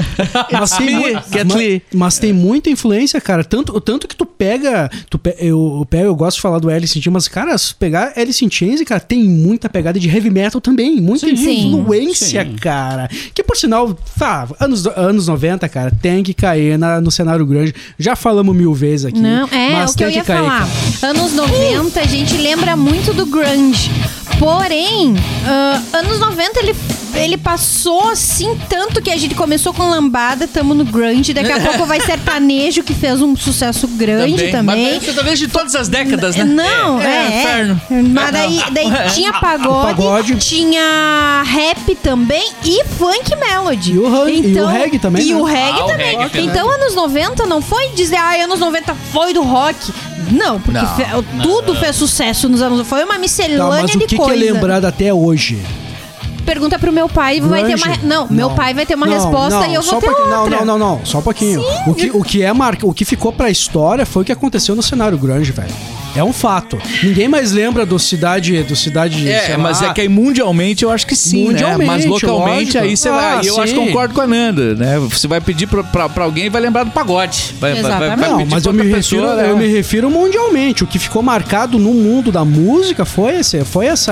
Mas tem muita influência, cara. Tanto que tu pega... Eu gosto de falar do Alice in Chains, mas, cara, se pegar Alice in Chains, cara, tem muita pegada de heavy metal também. Muita influência, cara. Que, por sinal, anos 90, cara, tem que cair no cenário grande. Já falamos 1000 vezes aqui. Não, mas o que eu ia falar. Anos 90, a gente lembra muito do grunge. Porém, anos 90 ele passou assim tanto que a gente começou com lambada, tamo no grunge, daqui a pouco vai sertanejo, que fez um sucesso grande também. Mas sertanejo de todas as décadas, né? Não, inferno. Mas daí tinha pagode, tinha rap também e funk melody. E o reggae também. E né? o reggae também. Então, anos 90 não foi dizer, anos 90 foi do rock. Não, porque tudo fez sucesso nos anos. Foi uma miscelânea mas o que de coisa. Que é lembrado até hoje? Pergunta pro meu pai, vai ter uma. Não, meu pai vai ter uma resposta e eu vou ter outra. Não, só um pouquinho. O que ficou pra história foi o que aconteceu no cenário grunge, velho. É um fato. Ninguém mais lembra do cidade. Mas é que aí mundialmente eu acho que sim, né? Mas localmente aí você vai. Eu acho que concordo com a Nanda, né? Você vai pedir pra alguém e vai lembrar do pagode. Exatamente. Não, mas eu me refiro mundialmente. O que ficou marcado no mundo da música foi essa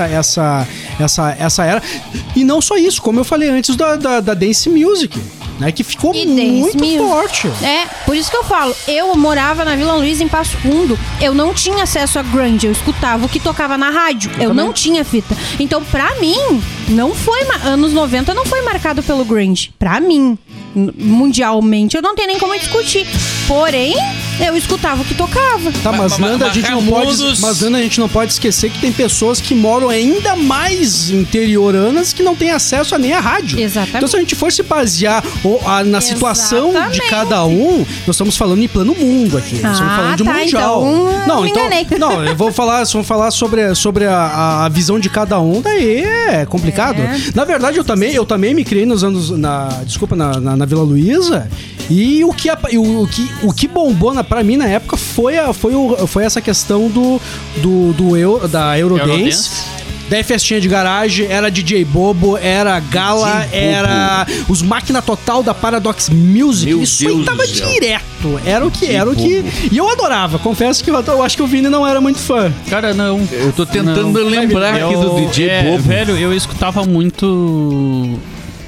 era. E não só isso, como eu falei antes da dance music. Né, que ficou muito forte. Por isso que eu falo, eu morava na Vila Luiz, em Passo Fundo, eu não tinha acesso a grunge, eu escutava o que tocava na rádio, eu não tinha fita. Então, pra mim, não foi anos 90 não foi marcado pelo grunge, pra mim. Mundialmente, eu não tenho nem como discutir. Porém, eu escutava o que tocava. Tá, mas Nanda, a gente não pode esquecer que tem pessoas que moram ainda mais interioranas que não têm acesso a nem a rádio. Exatamente. Então, se a gente for se basear na situação de cada um, nós estamos falando em plano mundo aqui. Nós estamos falando de mundial. Então, eu vou falar sobre a visão de cada um, daí é complicado. Na verdade, eu também me criei nos anos na Vila Luiza, e o que bombou pra mim na época foi essa questão da Eurodance. Daí festinha de garagem, era DJ Bobo, era Gala, era os Máquina Total da Paradox Music. Isso aí tava direto. Era o que. E eu adorava. Confesso que eu acho que o Vini não era muito fã. Cara, não. Eu tô tentando lembrar aqui do DJ Bobo. Velho, eu escutava muito...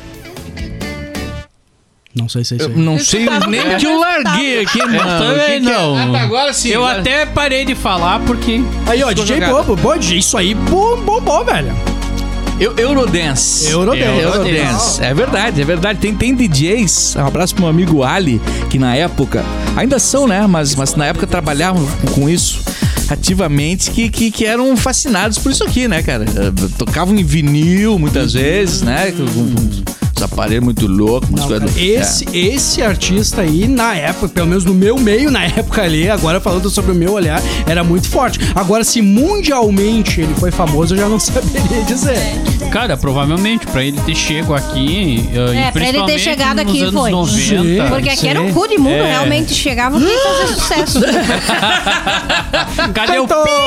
Não sei se é isso aí. Não sei nem que eu larguei aqui, mano. Também não. Agora sim. Eu até parei de falar porque... Aí, ó, DJ Bobo. Isso aí bombou, velho. Eurodance. É verdade. Tem DJs, um abraço pro meu amigo Ali, que na época, ainda são, né? Mas na época trabalhavam com isso ativamente, que eram fascinados por isso aqui, né, cara? Tocavam em vinil muitas vezes, né? Aparelho muito louco. Esse artista aí, na época, pelo menos no meu meio, na época ali, agora falando sobre o meu olhar, era muito forte. Agora, se mundialmente ele foi famoso, eu já não saberia dizer. Cara, provavelmente, pra ele ter chego aqui, pra ele ter chegado nos aqui anos foi. 90. Porque aqui era um cu de mundo, realmente chegava e fazer sucesso. Cadê o...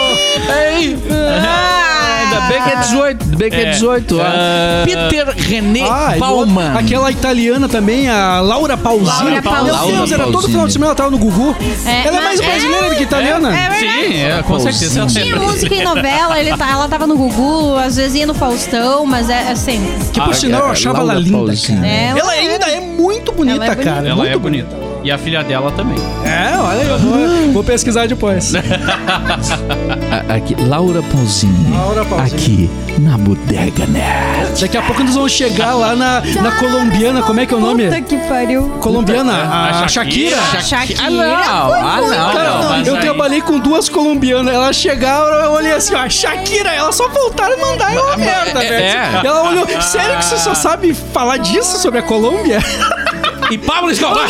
Ainda bem que é 18. Peter René Bauman. Aquela italiana também, a Laura Pausini. Meu Deus, era todo final de semana ela tava no Gugu. Ela é mais brasileira do que italiana. Sim, com certeza. Tinha música em novela, ela tava no Gugu, às vezes ia no Faustão, mas é assim. Que por sinal eu achava ela linda. Ela ainda é muito bonita, cara. Ela é bonita. E a filha dela também. Olha, eu vou pesquisar depois. Aqui, Laura Pausini. Aqui, na Bodega Nerd. Daqui a pouco nós vamos chegar lá na colombiana, como é que é o nome? Puta que pariu. Colombiana, a Shakira. Não. Eu trabalhei com duas colombianas, elas chegaram, eu olhei assim, ó, Shakira, elas só voltaram a mandar uma merda, velho. Ela olhou, sério que você só sabe falar disso sobre a Colômbia? E Pablo Escobar.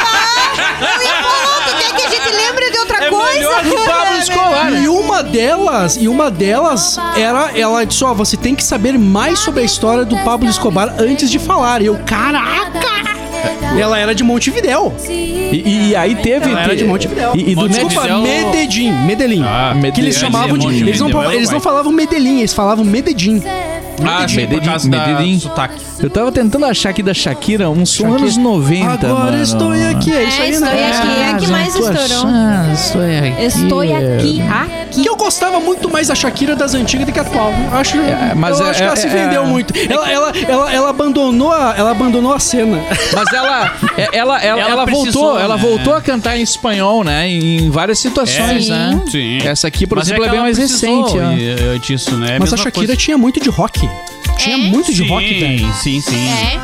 Tu quer que a gente lembre de outra coisa? Melhor que o Pablo Escobar. E uma delas era, ela disse, você tem que saber mais sobre a história do Pablo Escobar antes de falar. E eu, caraca! Ela era de Montevidéu. E aí teve... Ela era de Montevidéu. Desculpa, Medellín. Que eles chamavam de... Eles não falavam Medellín, eles falavam Medellín. Por causa Medellín. do sotaque. Eu tava tentando achar aqui da Shakira um som anos 90, Agora mano. estou aqui, é isso aí, Estou né? aqui, é a que mais estourou. Estou aqui. Que eu gostava muito mais da Shakira das antigas do que a atual. Acho, mas eu acho que ela se vendeu muito. Ela abandonou a cena. Mas ela voltou a cantar em espanhol, né? Em várias situações, né? Sim. Essa aqui, por Mas exemplo, é que bem ela mais precisou recente. disso, né? Mas a Mesma Shakira coisa. tinha muito de rock. Tinha muito de rock, velho. Sim. É.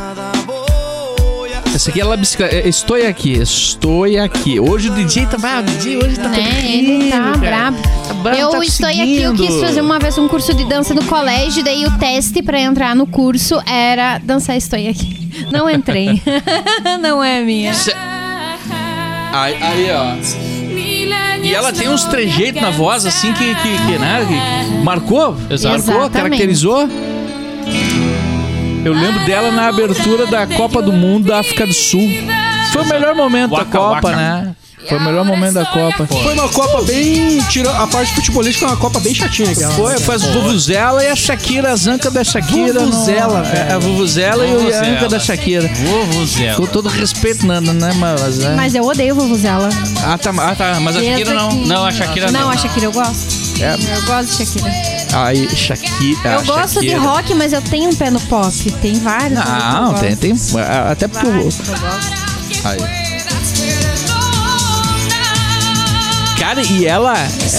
Essa aqui é a bicicleta. Estou aqui. Hoje o DJ tá brabo. Hoje tá Ele tá brabo. Eu estou aqui, eu quis fazer uma vez um curso de dança no colégio, daí o teste pra entrar no curso era dançar Estou aqui. Não entrei. Não é minha. Aí, ó. E ela tem uns trejeitos na voz, assim, que né? Que marcou, Exatamente. caracterizou. Eu lembro dela na abertura da Copa do Mundo da África do Sul. Foi o melhor momento da Copa, né? Foi o melhor momento da Copa. Foi uma Copa bem... A parte futebolística foi uma Copa bem chatinha aquela. Foi as Vuvuzela e a Shakira, as ancas da Shakira. Vuvuzela, velho. A Vuvuzela e a anca da Shakira. Vuvuzela. Com todo respeito, né? Mas eu odeio Vuvuzela. Tá. Mas a Shakira não. Não, a Shakira não. Não, a Shakira eu gosto. Eu gosto de Shakira. Aí, Shakira. Eu gosto de rock, mas eu tenho um pé no pop. Tem vários. Não, tem. Até porque Vários que eu gosto. Aí. Cara, e ela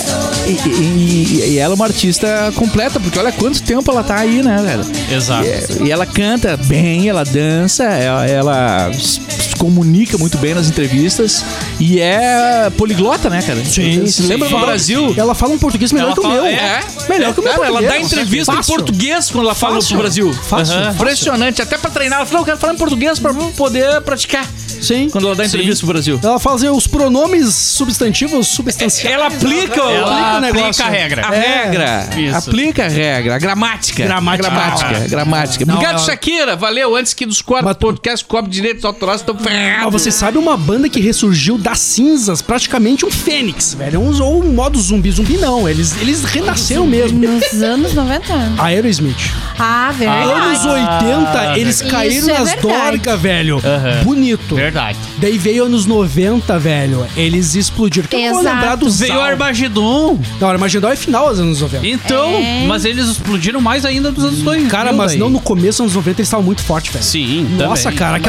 é uma artista completa, porque olha quanto tempo ela tá aí, né, velho? Exato. E ela canta bem, ela dança, ela se comunica muito bem nas entrevistas e é poliglota, né, cara? Você lembra no Brasil? Ela fala um português melhor que o meu. Melhor que o meu Cara, ela português. dá entrevista em Fácil. português quando ela fala Fácil. pro Brasil. Fácil. Impressionante. Até pra treinar, ela falou, eu quero falar em português pra poder praticar. Sim. Quando ela dá entrevista pro Brasil. Ela fazia os pronomes substantivos substanciais. Ela aplica o Aplica a regra. A regra. Isso. Aplica a regra. A gramática. Gramática. Não, Obrigado, ela- Shakira. Valeu. Antes que dos quatro Mas- podcasts cobre direitos autorais, estão Ah, ferrados. você sabe uma banda que ressurgiu das cinzas, praticamente um fênix, velho. Ou um modo zumbi. Zumbi não, eles renasceram mesmo. Nos anos 90. Aerosmith. Ah, verdade. Anos 80, eles Isso caíram é nas verdade. dorgas, velho. Aham. Bonito. Verdade. Daí veio anos 90, velho. Eles explodiram. Que eu vou Exato. lembrar dos Veio o Armagedon. Não, Armagedon é final dos anos 90. Então, mas eles explodiram mais ainda dos anos 2000. Cara, mas daí. não no começo dos anos 90 eles estavam muito fortes, velho. Sim, Nossa, também. cara,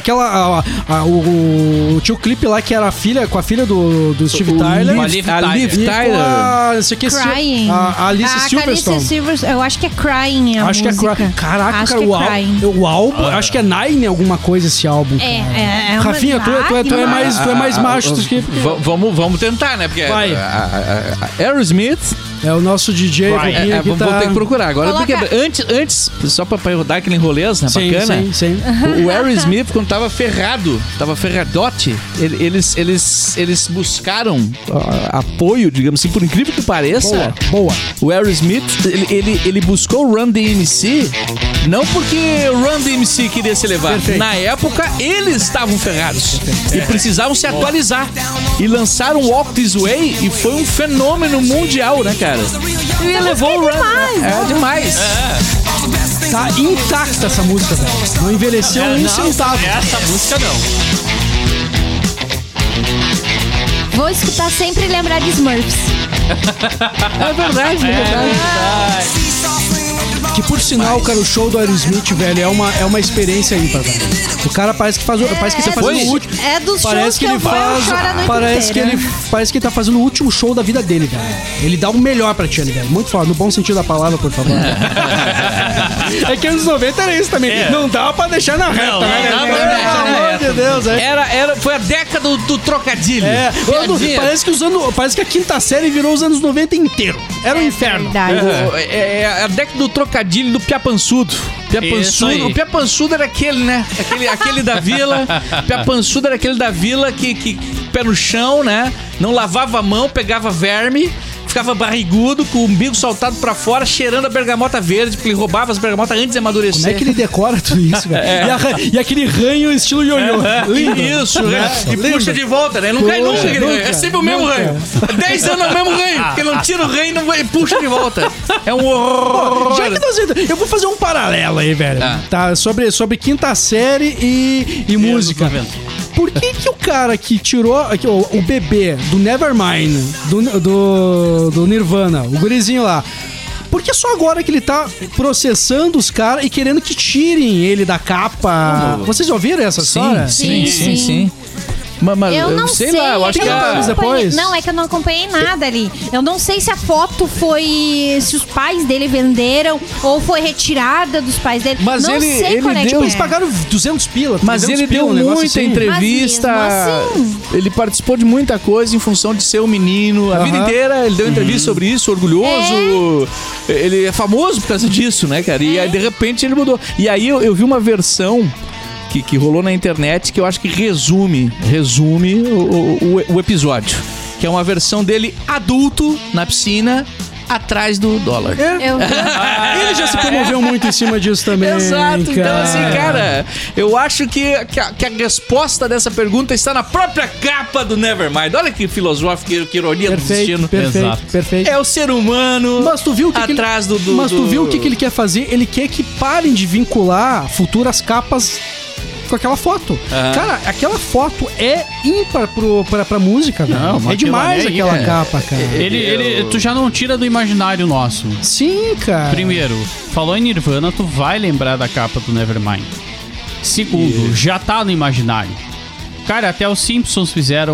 tinha o clipe lá que era com a filha do Steve Tyler. a Liv A Liv E com Tyler. a, não sei o que, Crying. a Alice Silverstone. Eu acho que é Crying a Acho música. que é Caraca, Acho cara, que é Crying. o álbum, acho que é Nine alguma coisa esse álbum. É uma Rafinha, tu é mais macho do que... Vamos tentar, né? Porque Vai. a Aerosmith. É o nosso DJ Rubinho aqui Vou tá... ter que procurar. Agora, Coloca- porque antes, só pra rodar aquele rolês, né? Sim, Bacana. sim. O Aerosmith, quando tava ferradote, eles buscaram apoio, digamos assim, por incrível que pareça. Boa. O Aerosmith, ele buscou o Run DMC, não porque o Run DMC queria se levar. Perfeito. Na época, eles estavam ferrados e precisavam se atualizar. E lançaram Walk This Way e foi um fenômeno mundial, né, cara? E levou o Run. Demais. Tá intacta essa música, velho. Não envelheceu um centavo. Essa música não. Vou escutar sempre e lembrar de Smurfs. É verdade. Que por sinal, cara, o show do Aerosmith, velho, é uma experiência ímpar, velho. O cara parece que tá fazendo o último. É dos Parece shows que ele eu vou faz. chorar a noite Parece que inteira. ele tá fazendo o último show da vida dele, velho. Ele dá o melhor pra ti ali, velho. Muito foda, no bom sentido da palavra, por favor. É que anos 90 era isso também. Não dá pra deixar na reta, né? não dá pra Pelo deixar na amor de Deus, é. Foi a década do trocadilho. Piadinha. Parece que a quinta série virou os anos 90 inteiro. Era um inferno. Verdade. É a década do trocadilho do Pia Pançudo. Isso aí. O Pia Pançudo era aquele, né? Aquele da vila. Pia Pançudo era aquele da vila que pé no chão, né? Não lavava a mão, pegava verme, ficava barrigudo, com o umbigo soltado pra fora, cheirando a bergamota verde, porque ele roubava as bergamotas antes de amadurecer. Como é que ele decora tudo isso, velho? E aquele ranho estilo ioiô. Lindo. Isso, né? E puxa de volta, né? Não cai nunca aquele ranho. É sempre o mesmo ranho. 10 anos é o mesmo ranho. Porque não tira o ranho e puxa de volta. É um horror. Já que eu vou fazer um paralelo aí, velho. Tá? Sobre quinta série e música. Por que o cara que tirou o bebê do Nevermind, do Nirvana, o gurizinho lá, por que só agora que ele tá processando os caras e querendo que tirem ele da capa? Vocês ouviram essa história? Sim. Mas eu não sei lá, eu acho que depois. Não, é que eu não acompanhei nada ali. Eu não sei se a foto foi... Se os pais dele venderam ou foi retirada dos pais dele. Mas não ele sei qual é que Eles pagaram 200 pila. Mas ele deu muita entrevista. Mas mesmo assim. Ele participou de muita coisa em função de ser um menino. A vida inteira ele deu entrevista sobre isso, orgulhoso. Ele é famoso por causa disso, né, cara? E aí, de repente, ele mudou. E aí eu vi uma versão que rolou na internet que eu acho que resume o episódio. Que é uma versão dele adulto na piscina atrás do dólar. Ele já se promoveu muito em cima disso também. Exato. Cara. Então, assim, cara, eu acho que a resposta dessa pergunta está na própria capa do Nevermind. Olha que filosófico, que ironia do destino. Perfeito. É o ser humano. Mas tu viu o que atrás tu viu o que ele quer fazer? Ele quer que parem de vincular futuras capas com aquela foto. Cara, aquela foto é ímpar pra música, velho. É demais aquela capa, cara. Tu já não tira do imaginário nosso. Sim, cara. Primeiro, falou em Nirvana, tu vai lembrar da capa do Nevermind. Segundo, já tá no imaginário. Cara, até os Simpsons fizeram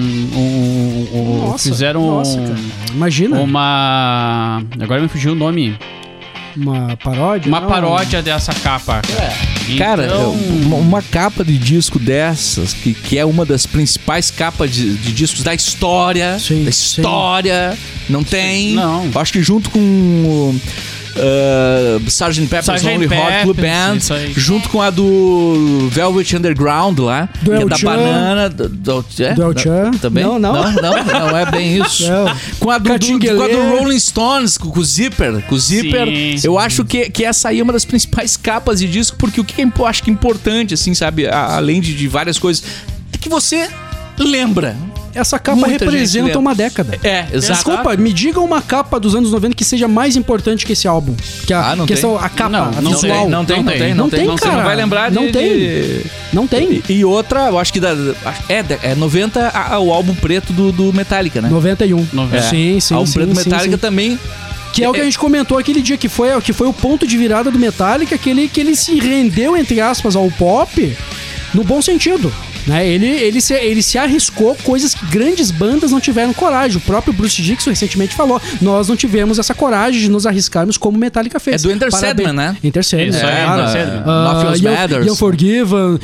cara. Imagina. Agora me fugiu o nome. Uma paródia? Uma paródia dessa capa, cara. Cara, uma capa de disco dessas, que é uma das principais capas de discos da história. Sim, da história. Não tem. Não. Acho que junto com Sgt. Pepper's Lonely Hearts Club Band, junto com a do Velvet Underground lá, do que é El da Chan. Banana. Do El Chan? Também? Não é bem isso. Com a do Rolling Stones, com o Zipper. Sim. Eu acho que essa aí é uma das principais capas de disco, porque o que eu acho que é importante, assim, sabe, além de várias coisas, é que você lembra. Essa capa representa uma década. Exato. Desculpa, me diga uma capa dos anos 90 que seja mais importante que esse álbum. Não tem. A capa, a Não visual. tem, cara. Você não vai lembrar Não tem. Não tem. E outra, eu acho que é 90 o álbum preto do Metallica, né? 91. Sim. O álbum preto do Metallica também. Que é o que a gente comentou aquele dia, que foi o ponto de virada do Metallica, que ele se rendeu, entre aspas, ao pop, no bom sentido. Né? Ele se arriscou coisas que grandes bandas não tiveram coragem. O próprio Bruce Dickinson recentemente falou: nós não tivemos essa coragem de nos arriscarmos como Metallica fez. É do Enter Sandman, né? Enter Sandman. Isso, Nothing Matters. Unforgiven,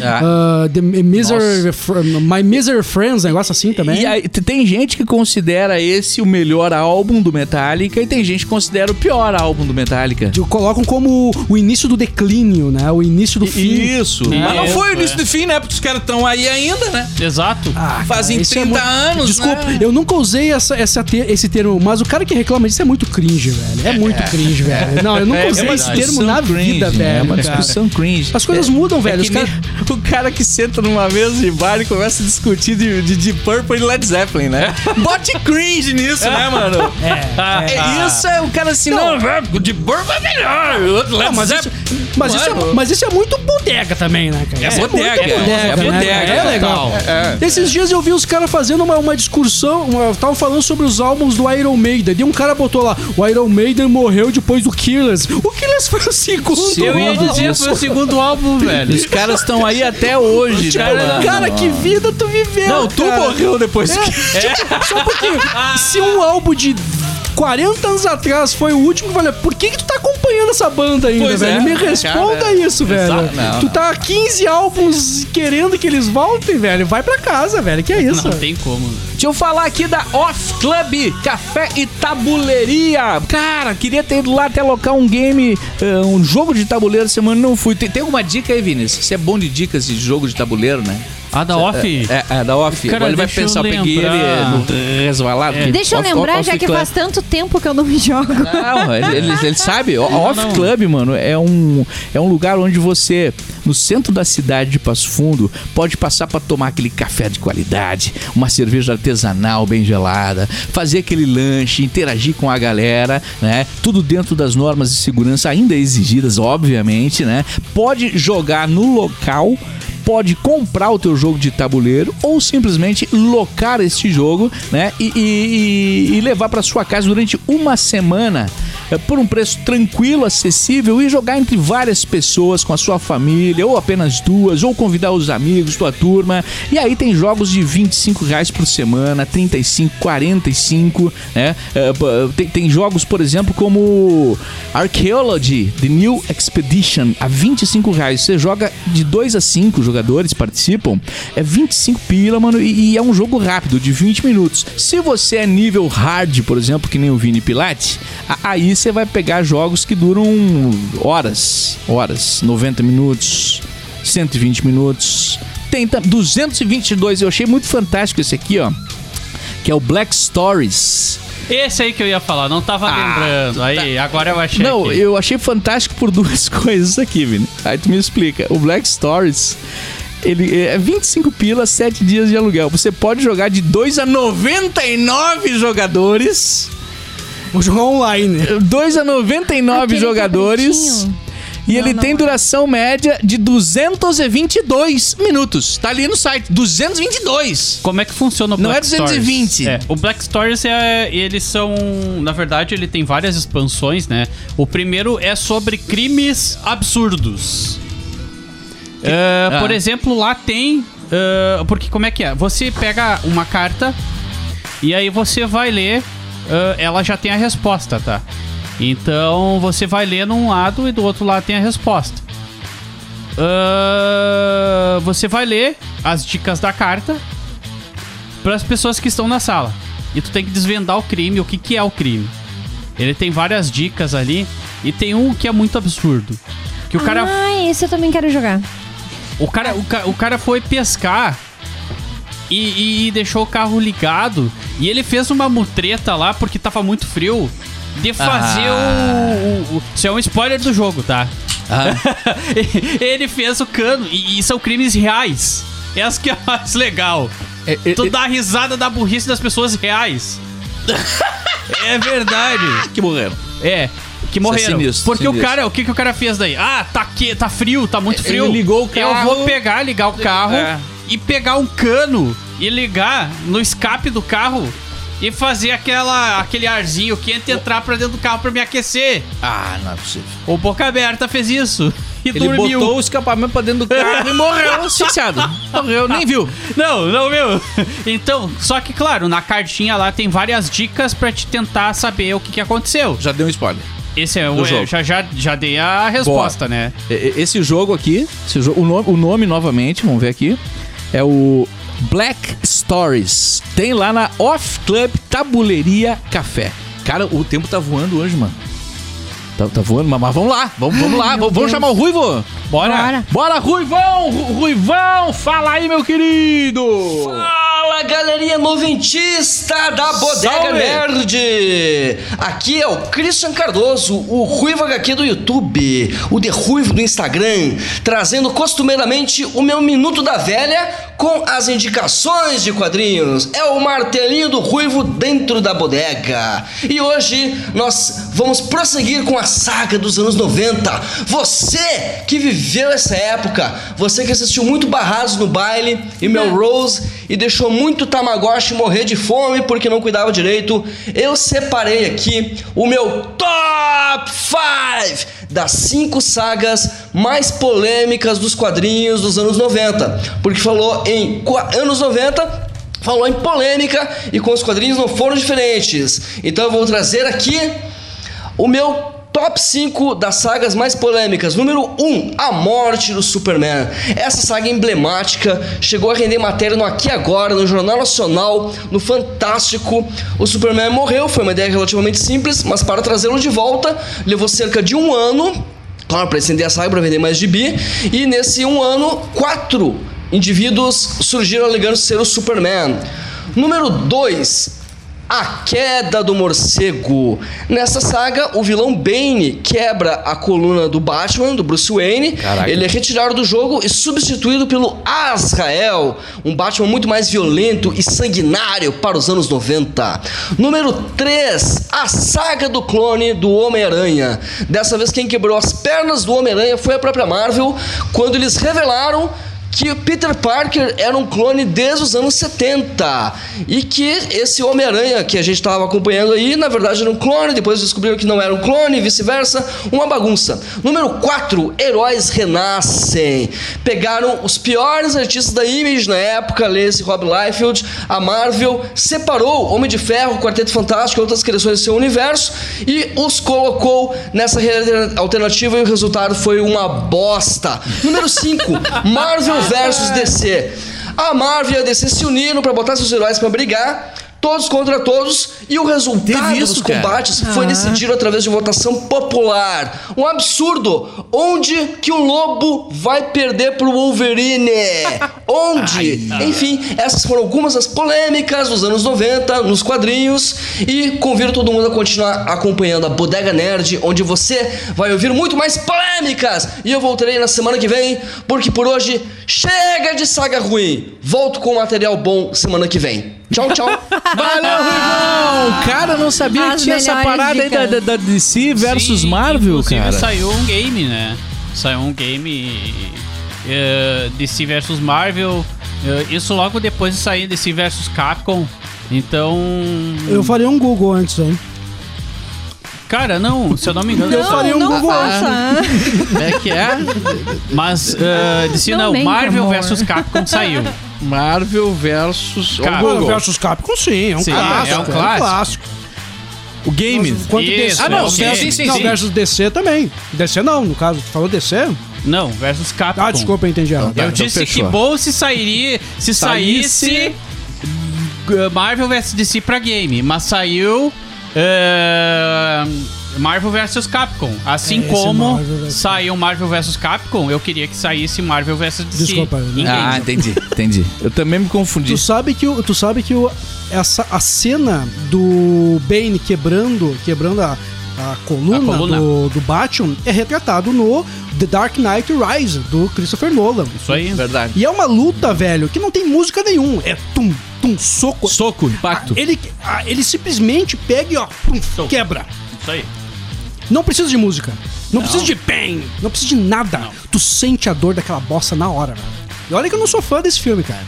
My Misery Friends, negócio assim também. E aí, tem gente que considera esse o melhor álbum do Metallica e tem gente que considera o pior álbum do Metallica. Colocam como o início do declínio, né? O início do fim. Isso. Mas não foi o início do fim, né? Porque os caras estão aí ainda, né? Exato. Fazem 30 anos, Desculpa, né? eu nunca usei esse termo, mas o cara que reclama disso é muito cringe, velho. É muito cringe, velho. Não, eu nunca usei esse termo na vida, velho. É uma discussão cringe. As coisas mudam, velho. O cara que senta numa mesa de bar e começa a discutir de Deep Purple e Led Zeppelin, né? Bote cringe nisso, né, mano? Isso é o cara assim, não, o Deep Purple é melhor. Led Zeppelin. Mas isso é muito bodega também, né, cara? É bodega. É legal. Esses dias eu vi os caras fazendo uma discussão, estavam falando sobre os álbuns do Iron Maiden. E um cara botou lá: o Iron Maiden morreu depois do Killers. O Killers foi o segundo Eu ia dizer, foi o segundo álbum, velho. Os caras estão aí até hoje, cara, que vida tu viveu. Não, tu morreu depois do Só porque se um álbum de 40 anos atrás foi o último que valeu, por que tu tá acompanhando essa banda ainda, velho? Me responda isso, velho. Tu tá há 15 álbuns querendo que eles voltem, velho. Vai pra casa, velho. Que é isso? Não tem como. Deixa eu falar aqui da Off Club, café e tabuleiria. Cara, queria ter ido lá até alocar um game, um jogo de tabuleiro semana, não fui. Tem alguma dica aí, Vinícius? Você é bom de dicas de jogo de tabuleiro, né? Ah, da Off? Da Off. Cara, Agora ele vai deixa eu pensar, eu peguei ele lembrar. no resvalado. Deixa eu lembrar, já que faz tanto tempo que eu não me jogo. Não, ele sabe. Off Club, mano, é um lugar onde você, no centro da cidade de Passo Fundo, pode passar pra tomar aquele café de qualidade, uma cerveja artesanal bem gelada, fazer aquele lanche, interagir com a galera, né? Tudo dentro das normas de segurança ainda exigidas, obviamente, né? Pode jogar no local, pode comprar o teu jogo de tabuleiro ou simplesmente locar este jogo, né? E levar para sua casa durante uma semana por um preço tranquilo, acessível, e jogar entre várias pessoas, com a sua família, ou apenas duas, ou convidar os amigos, tua turma. E aí tem jogos de R$25 por semana, 35, 45, né? Tem jogos, por exemplo, como Archaeology, The New Expedition, a R$25. Você joga de 2 a 5 jogadores, participam, é 25 pila, mano, e é um jogo rápido, de 20 minutos. Se você é nível hard, por exemplo, que nem o Vini Pilate, aí você vai pegar jogos que duram horas, 90 minutos, 120 minutos, tem 222, eu achei muito fantástico esse aqui, ó, que é o Black Stories. Esse aí que eu ia falar, não tava lembrando. Aí, agora eu achei. Não, aqui. eu achei fantástico por duas coisas aqui, Vini. Aí tu me explica. O Black Stories, ele é 25 pila, 7 dias de aluguel. Você pode jogar de 2 a 99 jogadores. Vou jogar online. 2 a 99 Aquele jogadores. cabritinho. E Não, ele não tem é. duração média de 222 minutos. Tá ali no site, 222. Como é que funciona o Não Black é 220. Stories? O Black Stories, eles são... Na verdade, ele tem várias expansões, né? O primeiro é sobre crimes absurdos. Por exemplo, lá tem... porque como é que é? Você pega uma carta e aí você vai ler... ela já tem a resposta, tá? Então você vai ler num lado e do outro lado tem a resposta. Você vai ler as dicas da carta para as pessoas que estão na sala. E tu tem que desvendar o crime, o que é o crime. Ele tem várias dicas ali. E tem um que é muito absurdo. Que o cara... esse eu também quero jogar. O cara foi pescar e deixou o carro ligado. E ele fez uma mutreta lá porque tava muito frio de fazer Isso é um spoiler do jogo, tá? Ele fez o cano e são crimes reais. Essa que é a mais legal. Tu dá risada da burrice das pessoas reais. É verdade. Que morreram. Que morreram. Sinistro, porque sinistro. o cara, o que o cara fez daí? Tá frio, tá muito frio. Ele ligou o carro. Eu vou ligar o carro e pegar um cano e ligar no escape do carro e fazer aquele arzinho quente entrar pra dentro do carro pra me aquecer. Não é possível. O Boca Aberta fez isso. E Ele dormiu. botou o escapamento pra dentro do carro e morreu asfixiado. Morreu, nem viu. Não viu? Então, só que claro, na cartinha lá tem várias dicas pra te tentar saber o que aconteceu. Já deu um spoiler. Esse é Do jogo. já dei a resposta, né? Esse jogo aqui, o nome novamente, vamos ver aqui, é o Black Stories. Tem lá na Off Club Tabuleiria Café. Cara, o tempo tá voando hoje, mano. Tá voando, mas vamos lá. Vamos lá. Vamos chamar o Ruivo. Bora, Ruivão! Ruivão! Fala aí, meu querido! Fala, galerinha noventista da Bodega Salve! Nerd! Aqui é o Christian Cardoso, o Ruivo HQ do YouTube, o The Ruivo do Instagram, trazendo costumeiramente o meu Minuto da Velha com as indicações de quadrinhos. É o martelinho do Ruivo dentro da bodega. E hoje nós vamos prosseguir com a saga dos anos 90. Você que viveu essa época, você que assistiu muito Barrados no Baile e Melrose e deixou muito Tamagotchi morrer de fome porque não cuidava direito, eu separei aqui o meu Top 5 das 5 sagas mais polêmicas dos quadrinhos dos anos 90. Porque falou em anos 90, falou em polêmica e com os quadrinhos não foram diferentes. Então eu vou trazer aqui o meu Top 5 das sagas mais polêmicas. Número 1, A Morte do Superman. Essa saga emblemática chegou a render matéria no Aqui Agora, no Jornal Nacional, no Fantástico. O Superman morreu, foi uma ideia relativamente simples, mas para trazê-lo de volta, levou cerca de 1 ano, claro, para estender a saga, para vender mais gibi. E nesse 1 ano, 4 indivíduos surgiram alegando ser o Superman. Número 2, a queda do morcego. Nessa saga, o vilão Bane quebra a coluna do Batman, do Bruce Wayne. Caraca. Ele é retirado do jogo e substituído pelo Azrael, um Batman muito mais violento e sanguinário para os anos 90. Número 3, a saga do clone do Homem-Aranha. Dessa vez quem quebrou as pernas do Homem-Aranha foi a própria Marvel, quando eles revelaram que Peter Parker era um clone desde os anos 70 e que esse Homem-Aranha que a gente estava acompanhando aí, na verdade era um clone, depois descobriram que não era um clone e vice-versa, uma bagunça. Número 4, heróis renascem. Pegaram os piores artistas da Image na época, esse Rob Liefeld, a Marvel separou Homem de Ferro, Quarteto Fantástico e outras criações do seu universo e os colocou nessa realidade alternativa e o resultado foi uma bosta. Número 5, Marvel versus DC. A Marvel e a DC se uniram para botar seus heróis para brigar, todos contra todos, e o resultado dos combates foi decidido através de votação popular. Um absurdo. Onde que o lobo vai perder pro Wolverine? Onde? Enfim, essas foram algumas das polêmicas dos anos 90 nos quadrinhos, e convido todo mundo a continuar acompanhando a Bodega Nerd, onde você vai ouvir muito mais polêmicas, e eu voltarei na semana que vem, porque por hoje chega de saga ruim. Volto com material bom semana que vem. Tchau, tchau. Valeu, Rivão! Cara, não sabia As que tinha essa melhores parada aí dicas. da DC versus Sim, Marvel, inclusive cara. saiu um game, né? Saiu um game DC versus Marvel. Isso logo depois de sair DC versus Capcom. Então... Eu faria um Google antes, hein? Cara, não, se eu não me engano... Eu faria um não Google faça. É que é? Mas DC Não não, mente, Marvel amor. versus Capcom saiu. Marvel versus... Cara, Marvel versus Capcom, sim, é um Sim, clássico. é um clássico. O game. Quanto Isso, DC, ah, não, versus, sim. versus DC também. DC não, no caso, tu falou DC? Não, versus Capcom. Ah, desculpa, eu entendi errado. Eu então disse fechou. que bom se saísse Marvel vs DC pra game, mas saiu Marvel vs Capcom. Assim Esse como Marvel vs. saiu Marvel vs Capcom, eu queria que saísse Marvel vs DC. Desculpa, em Ah, game. entendi. Eu também me confundi. Tu sabe que a cena do Bane quebrando a coluna, do Batman é retratado no The Dark Knight Rise, do Christopher Nolan. Isso aí. Verdade. E é uma luta, velho, que não tem música nenhum. É tum, soco. Soco, impacto. Ele simplesmente pega e ó, pum, quebra. Isso aí. Não precisa de música. Não precisa de bang. Não precisa de nada. Não. Tu sente a dor daquela bosta na hora, velho. E olha que eu não sou fã desse filme, cara.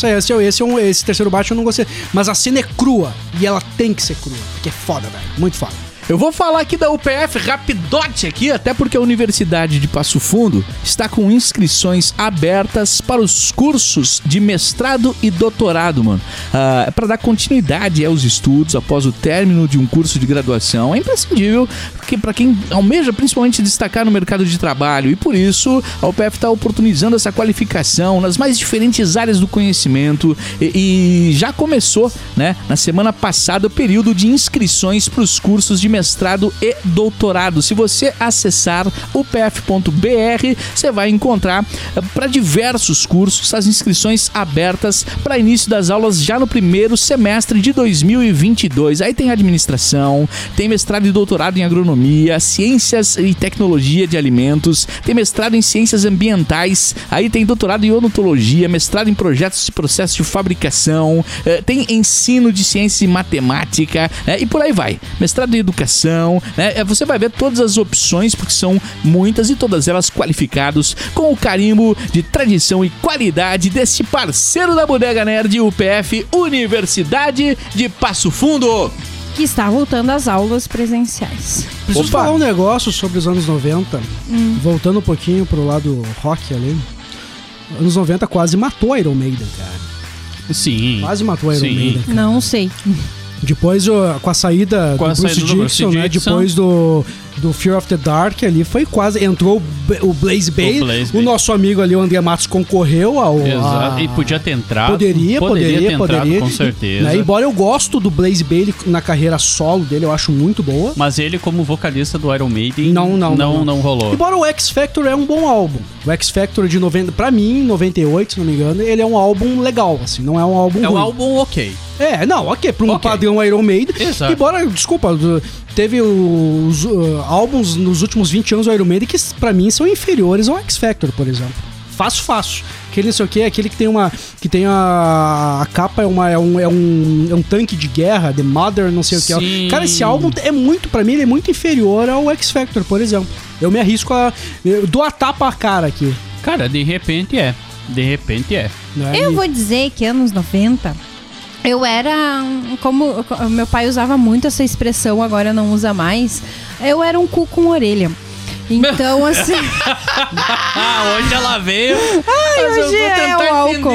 Esse terceiro Batman eu não gostei. Mas a cena é crua. E ela tem que ser crua. Porque é foda, velho. Muito foda. Eu vou falar aqui da UPF rapidote aqui, até porque a Universidade de Passo Fundo está com inscrições abertas para os cursos de mestrado e doutorado, mano. É para dar continuidade aos estudos após o término de um curso de graduação. É imprescindível para quem almeja principalmente destacar no mercado de trabalho, e por isso a UPF está oportunizando essa qualificação nas mais diferentes áreas do conhecimento e já começou, né, na semana passada, o período de inscrições para os cursos de mestrado e doutorado. Se você acessar upf.br, você vai encontrar para diversos cursos as inscrições abertas para início das aulas já no primeiro semestre de 2022. Aí tem administração, tem mestrado e doutorado em agronomia, ciências e tecnologia de alimentos, tem mestrado em ciências ambientais, aí tem doutorado em odontologia, mestrado em projetos e processos de fabricação, tem ensino de ciência e matemática, e por aí vai. Mestrado em educação, você vai ver todas as opções, porque são muitas e todas elas qualificados com o carimbo de tradição e qualidade desse parceiro da Bodega Nerd, UPF, Universidade de Passo Fundo. Que está voltando às aulas presenciais. Preciso falar um negócio sobre os anos 90. Voltando um pouquinho pro lado rock ali. Anos 90 quase matou Iron Maiden, cara. Sim. Quase matou Iron Sim. Maiden. Não sei. Depois, com a saída do Bruce Dickinson, né? Depois do Fear of the Dark ali, foi quase... Entrou o Blaze Bayley, o nosso amigo ali, o André Matos, concorreu ao... Exato. E podia ter entrado. Poderia ter entrado, com certeza. Né? Embora eu gosto do Blaze Bayley na carreira solo dele, eu acho muito boa. Mas ele, como vocalista do Iron Maiden, não rolou. Embora o X Factor é um bom álbum. O X Factor de 90, pra mim, 98, se não me engano, ele é um álbum legal, assim, não é um álbum ruim. É um álbum ok. Ok, pra um padrão Iron Maiden. Exato. Embora, desculpa, teve os álbuns nos últimos 20 anos do Iron Maiden que pra mim são inferiores ao X Factor, por exemplo. Fácil. Aquele não sei o que, aquele que tem a capa é um tanque de guerra, The Mother, não sei o que. Cara, esse álbum é muito, pra mim, ele é muito inferior ao X Factor, por exemplo. Eu me arrisco eu dou a tapa à cara aqui. Cara, de repente é. Eu vou dizer que anos 90, eu era, como meu pai usava muito essa expressão, agora não usa mais, eu era um cu com orelha. Então, assim... Onde ela veio... hoje é o álcool.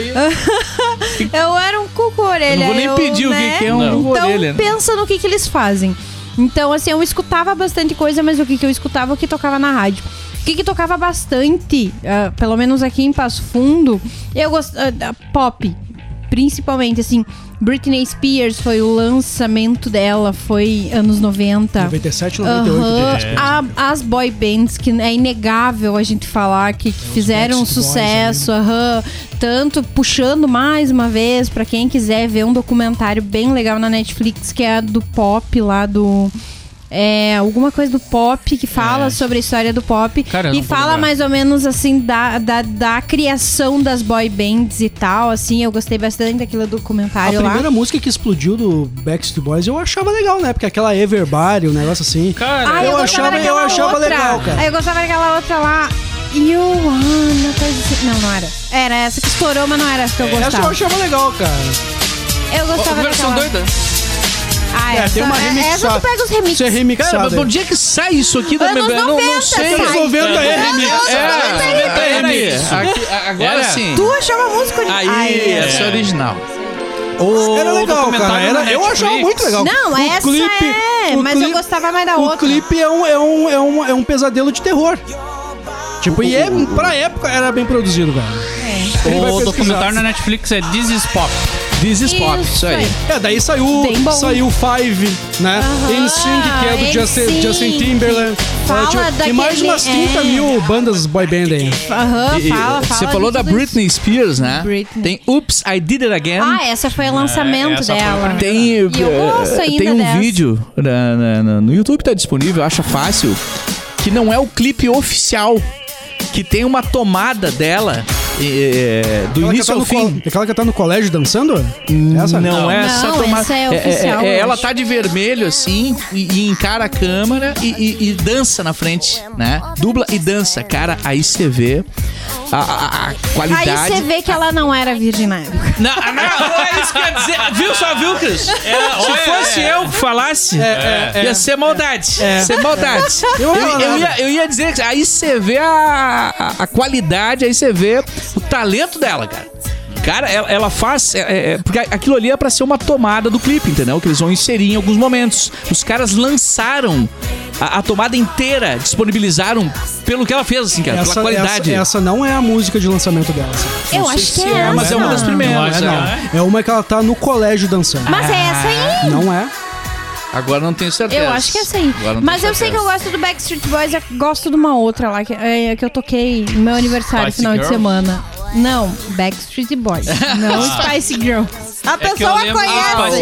Eu era um cu com orelha. Eu não vou nem pedir o que é um cu com orelha. Então, pensa no que eles fazem. Então, assim, eu escutava bastante coisa, mas o que eu escutava, o que tocava na rádio. O que tocava bastante, pelo menos aqui em Passo Fundo, eu gostava pop, principalmente, assim, Britney Spears foi o lançamento dela, foi anos 90. 97, 98. As boy bands, que é inegável a gente falar que fizeram sucesso, tanto puxando mais uma vez, pra quem quiser ver um documentário bem legal na Netflix, que é do pop lá do... alguma coisa do pop que fala sobre a história do pop. Cara, e fala mais ou menos assim da criação das boy bands e tal, assim. Eu gostei bastante daquele documentário lá. A primeira música que explodiu do Backstreet Boys eu achava legal, né? Porque aquela Everybody, um negócio assim. Cara, eu achava legal, cara. Eu gostava daquela outra lá. You wanna... Não era. Era essa que estourou, mas não era essa que eu gostava. Essa eu achava legal, cara. Eu gostava versão daquela... doida. Tem uma remixada. Essa tu pega os remixes. Isso é remixado. Cara, mas onde é que sai isso aqui da Anos 90, não sei. sai. Anos 90 é remix. Era isso. Agora sim. Tu achava música de... Aí, essa é original. Era legal, cara. Eu achava muito legal. Não, o essa clipe, mas eu gostava mais da outra. O clipe é um pesadelo de terror. Tipo, pra época era bem produzido, velho. O documentário na Netflix é This Is Pop. This Is Pop, isso aí. Daí saiu Five, né? NSYNC, que é do Justin Timberlake. E mais umas 30 mil bandas boy band aí. Fala. Você falou da Britney Spears, né? Tem Oops, I Did It Again. Essa foi o lançamento dela. Tem, eu gosto ainda tem um dessa. vídeo no YouTube que tá disponível, acha fácil, que não é o clipe oficial, que tem uma tomada dela do início ao fim. Aquela que tá no colégio dançando? Essa? Não, essa tomada. Essa é oficial. Ela tá de vermelho assim e encara a câmera e dança na frente, né? Dubla e dança. Cara, aí você vê a qualidade. Aí você vê que ela não era virgem na época. Não, é isso que quer dizer. Viu, Cris? Se fosse eu que falasse, ia ser maldade. Ser maldade. Eu ia dizer que aí você vê a qualidade, aí você vê o talento dela, cara. Cara, ela faz... porque aquilo ali é pra ser uma tomada do clipe, entendeu? Que eles vão inserir em alguns momentos. Os caras lançaram a tomada inteira, disponibilizaram pelo que ela fez, assim, cara, pela qualidade. Essa não é a música de lançamento dela. Assim. Eu acho que é. Mas é uma das primeiras. É uma que ela tá no colégio dançando. Mas é essa aí. Não é? Agora não tenho certeza. Eu acho que é essa aí. Mas eu sei que eu gosto do Backstreet Boys, eu gosto de uma outra lá, que eu toquei no meu aniversário, Spice final Girl? de semana. Não, Backstreet Boys. Não Spice Girl. A pessoa conhece.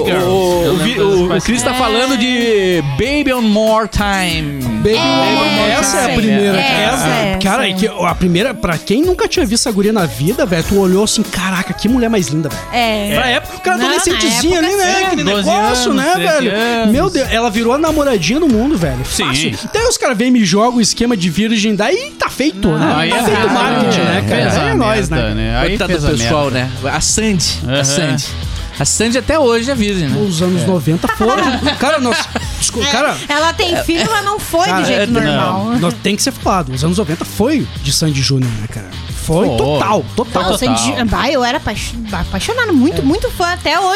O Chris tá falando de Baby One More Time. Baby One More Time. Essa é a primeira. Cara, a primeira, pra quem nunca tinha visto essa guria na vida, velho, tu olhou assim, caraca, que mulher mais linda, velho. Pra época, o cara adolescentezinho ali, né? Aquele negócio, né, velho? Meu Deus, ela virou a namoradinha do mundo, velho. Fácil. Então os caras vêm e me jogam o esquema de virgem, daí tá feito, né? Tá feito o marketing, né, cara? Aí é nóis, né? Aí Coitada do pessoal, né? A Sandy. A Sandy até hoje é virgem, né? Os anos 90 foram. Cara, cara, ela tem filho, mas não foi do jeito normal. Tem que ser falado. Os anos 90 foi de Sandy Júnior, né, cara? Foi total. Eu era apaixonada, muito fã até hoje.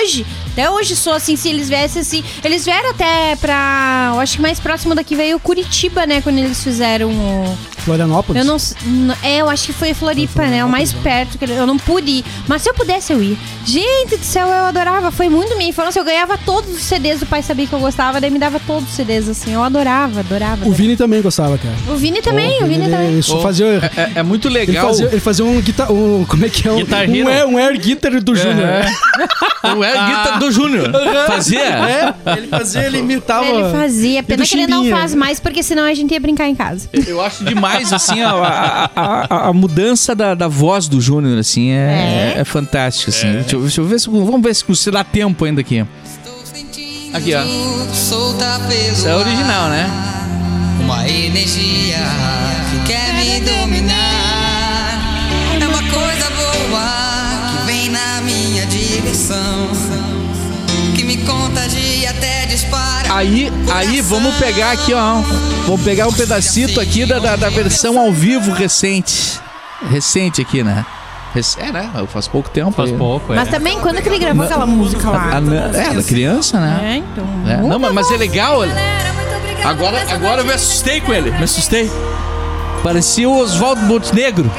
Até hoje sou assim, se eles viessem assim... Eles vieram até pra... Eu acho que mais próximo daqui veio Curitiba, né? Quando eles fizeram o... Florianópolis? Eu acho que foi Floripa, né? O mais perto. Que eu não pude ir. Mas se eu pudesse, eu ia. Gente do céu, eu adorava. Foi muito minha infância. Eu ganhava todos os CDs do pai, sabia que eu gostava. Daí me dava todos os CDs, assim. Eu adorava. O Vini também gostava, cara. O Vini também, Ele fazia... É muito legal. Ele fazia um guitar... como é que é? Um air guitar do Júnior. Um air guitar do Júnior. Fazia? Ele imitava... Ele fazia. Pena que ele não Chimbinha. faz mais, porque senão a gente ia brincar em casa. Eu acho demais, assim, a mudança da voz do Júnior, assim, é fantástico, assim. Deixa eu ver vamos ver se dá tempo ainda aqui. Aqui, ó. Isso é original, né? Uma energia que quer me dominar. É uma coisa boa que vem na minha direção, que me contagia até dispara. Aí vamos pegar aqui, ó. Vamos pegar um pedacito aqui da versão ao vivo recente. Recente aqui, né? Né? Faz pouco tempo. Faz pouco, Mas também, quando que ele gravou aquela música lá? Da criança, né? Então. Não, mas é legal. Agora eu me assustei com ele. Me assustei. Parecia o Oswaldo Montenegro.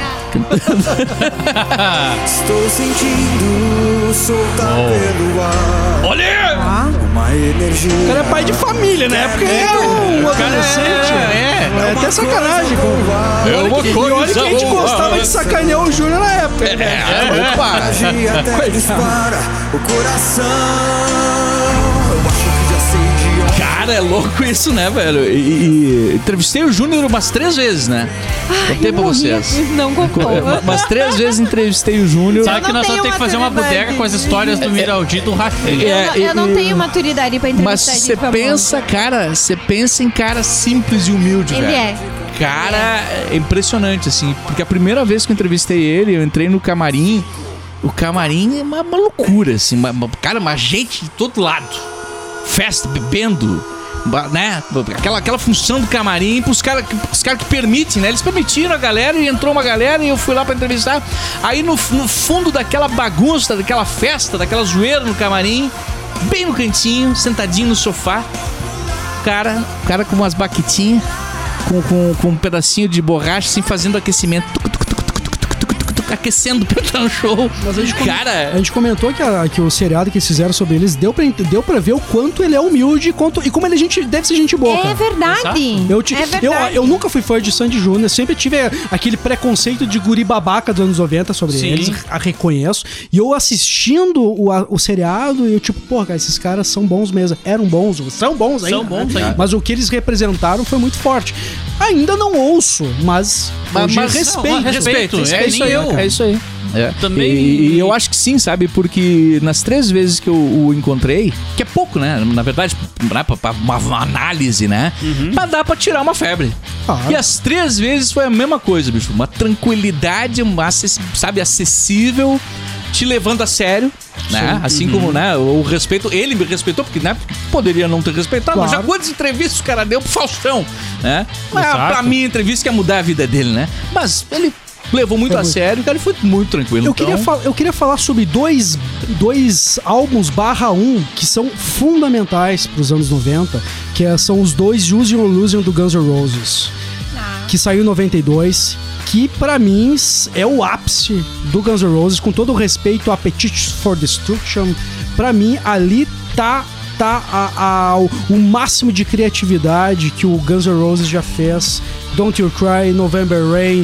Estou sentindo soltar pelo ar. Olha! Uma energia. O cara é pai de família, né? Porque é um adolescente. É até sacanagem. E olha que a gente gostava de sacanear o Júnior na época. Opa! Energia até dispara o coração. Eu acho que já sei de onde. Cara, é louco isso, né, velho? E entrevistei o Júnior umas 3 vezes, né? Contei pra vocês. Não contou. Umas 3 vezes entrevistei o Júnior. Sabe que nós vamos ter que fazer uma bodega com as histórias do Miraldi e do Rafinha. Eu não tenho maturidade pra entrevistar. Mas você pensa, cara, em cara simples e humilde, Ele velho. é. Cara, é impressionante, assim. Porque a primeira vez que eu entrevistei ele, eu entrei no camarim. O camarim é uma loucura, assim. Uma gente de todo lado. Festa, bebendo, né? Aquela função do camarim pros caras que permitem, né? Eles permitiram a galera e entrou uma galera e eu fui lá pra entrevistar. Aí no fundo daquela bagunça, daquela festa, daquela zoeira no camarim, bem no cantinho, sentadinho no sofá, o cara com umas baquetinhas, com um pedacinho de borracha, assim, fazendo aquecimento. Aquecendo pra entrar no show. Mas a gente comentou que o seriado que eles fizeram sobre eles deu pra ver o quanto ele é humilde e como ele deve ser gente boa. É verdade. Eu nunca fui fã de Sandy Júnior, sempre tive aquele preconceito de guri babaca dos anos 90 sobre eles, reconheço. E eu assistindo o seriado, eu tipo, porra, cara, esses caras são bons mesmo. Eram bons, são bons ainda. São bons ainda. Mas o que eles representaram foi muito forte. Ainda não ouço, mas respeito. É isso aí. Também... E eu acho que sim, sabe? Porque nas 3 vezes que eu o encontrei, que é pouco, né? Na verdade, pra uma análise, né? Mas dá pra tirar uma febre. E as 3 vezes foi a mesma coisa, bicho. Uma tranquilidade, acessível, te levando a sério, né? Assim como, né, o respeito, ele me respeitou, porque, né, poderia não ter respeitado, mas já quantas entrevistas o cara deu pro Faustão, né? Mas pra mim, a entrevista que ia mudar a vida dele, né? Mas ele levou muito a sério, cara, ele foi muito tranquilo. Eu queria falar sobre dois álbuns /1 que são fundamentais pros anos 90, que são os dois Use Your Illusion do Guns N' Roses, que saiu em 92, que pra mim é o ápice do Guns N' Roses, com todo o respeito a Appetite for Destruction. Pra mim, ali tá o máximo de criatividade que o Guns N' Roses já fez. Don't You Cry, November Rain,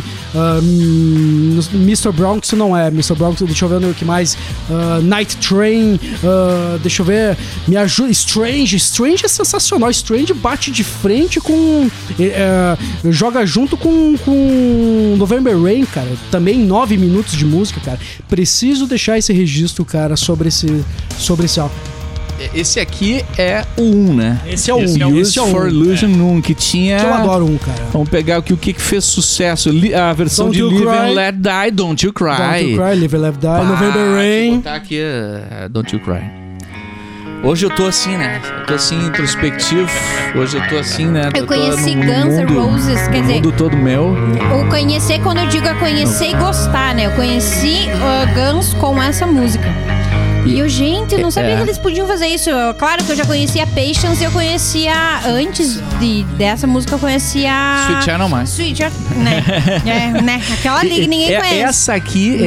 Mr. Bronx não é, Mr. Bronx, deixa eu ver o que mais, Night Train, deixa eu ver, me ajuda, Strange é sensacional, Strange bate de frente com, joga junto com November Rain, cara, também 9 minutos de música, cara, preciso deixar esse registro, cara, sobre esse álbum. Esse aqui é o 1, né? Esse é o 1. Use for Illusion 1, que tinha... Eu adoro 1, cara. Vamos pegar o que fez sucesso. A versão Don't de Live Cry. and Let Die, Don't You Cry. Don't You Cry, Live and Let Die, November Rain. Vou botar aqui Don't You Cry. Hoje eu tô assim, né? Eu tô assim, introspectivo. Hoje eu tô assim, né? Eu conheci Guns N' Roses, quer dizer... mundo todo meu. O conhecer, quando eu digo conhecer e gostar, né? Eu conheci Guns com essa música. E eu, gente, eu não sabia que eles podiam fazer isso. Claro que eu já conhecia Patience, eu conhecia, antes dessa música, eu conhecia... Sweet Channel Mais. Sweet Channel, né? Aquela ali que ninguém conhece. Essa aqui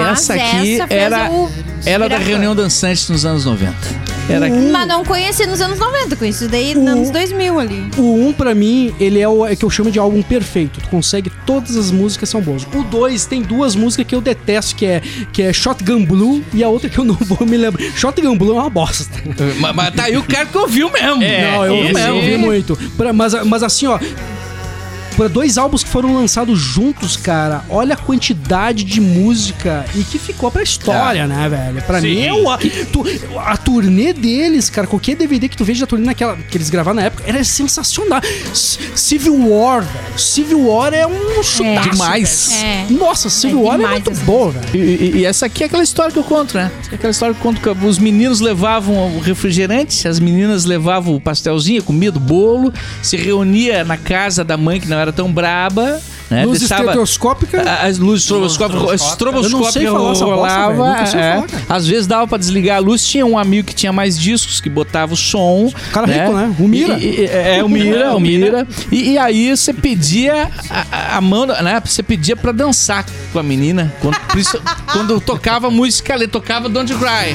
era da Reunião Dançante nos anos 90. Mas não conheci nos anos 90, conheci daí nos anos 2000 ali. O 1, pra mim, ele é que eu chamo de álbum perfeito. Tu consegue, todas as músicas são boas. O 2 tem duas músicas que eu detesto, que é Shotgun Blue e a outra que eu não vou me lembrar. Shotgun Blue é uma bosta. Mas tá aí o cara que ouviu mesmo. Não, eu ouvi muito. Mas assim, ó... Para 2 álbuns que foram lançados juntos, cara, olha a quantidade de música e que ficou pra história, né, velho? Pra mim, a turnê deles, cara, qualquer DVD que tu veja da turnê que eles gravaram na época, era sensacional. Civil War, velho. Civil War é um chutaço. Demais. Nossa, Civil War é muito boa, velho. E essa aqui é aquela história que eu conto, né? Aquela história que eu conto que os meninos levavam o refrigerante, as meninas levavam o pastelzinho, comida do bolo, se reunia na casa da mãe, que não era tão braba, né? Luz estetoscópica. As luzes estroboscópica rolava. Às vezes dava pra desligar a luz. Tinha um amigo que tinha mais discos, que botava o som. Cara rico, né? O Mira. O Mira. E aí você pedia a mão, né? Você pedia pra dançar com a menina. Quando tocava música, ela tocava Don't Cry.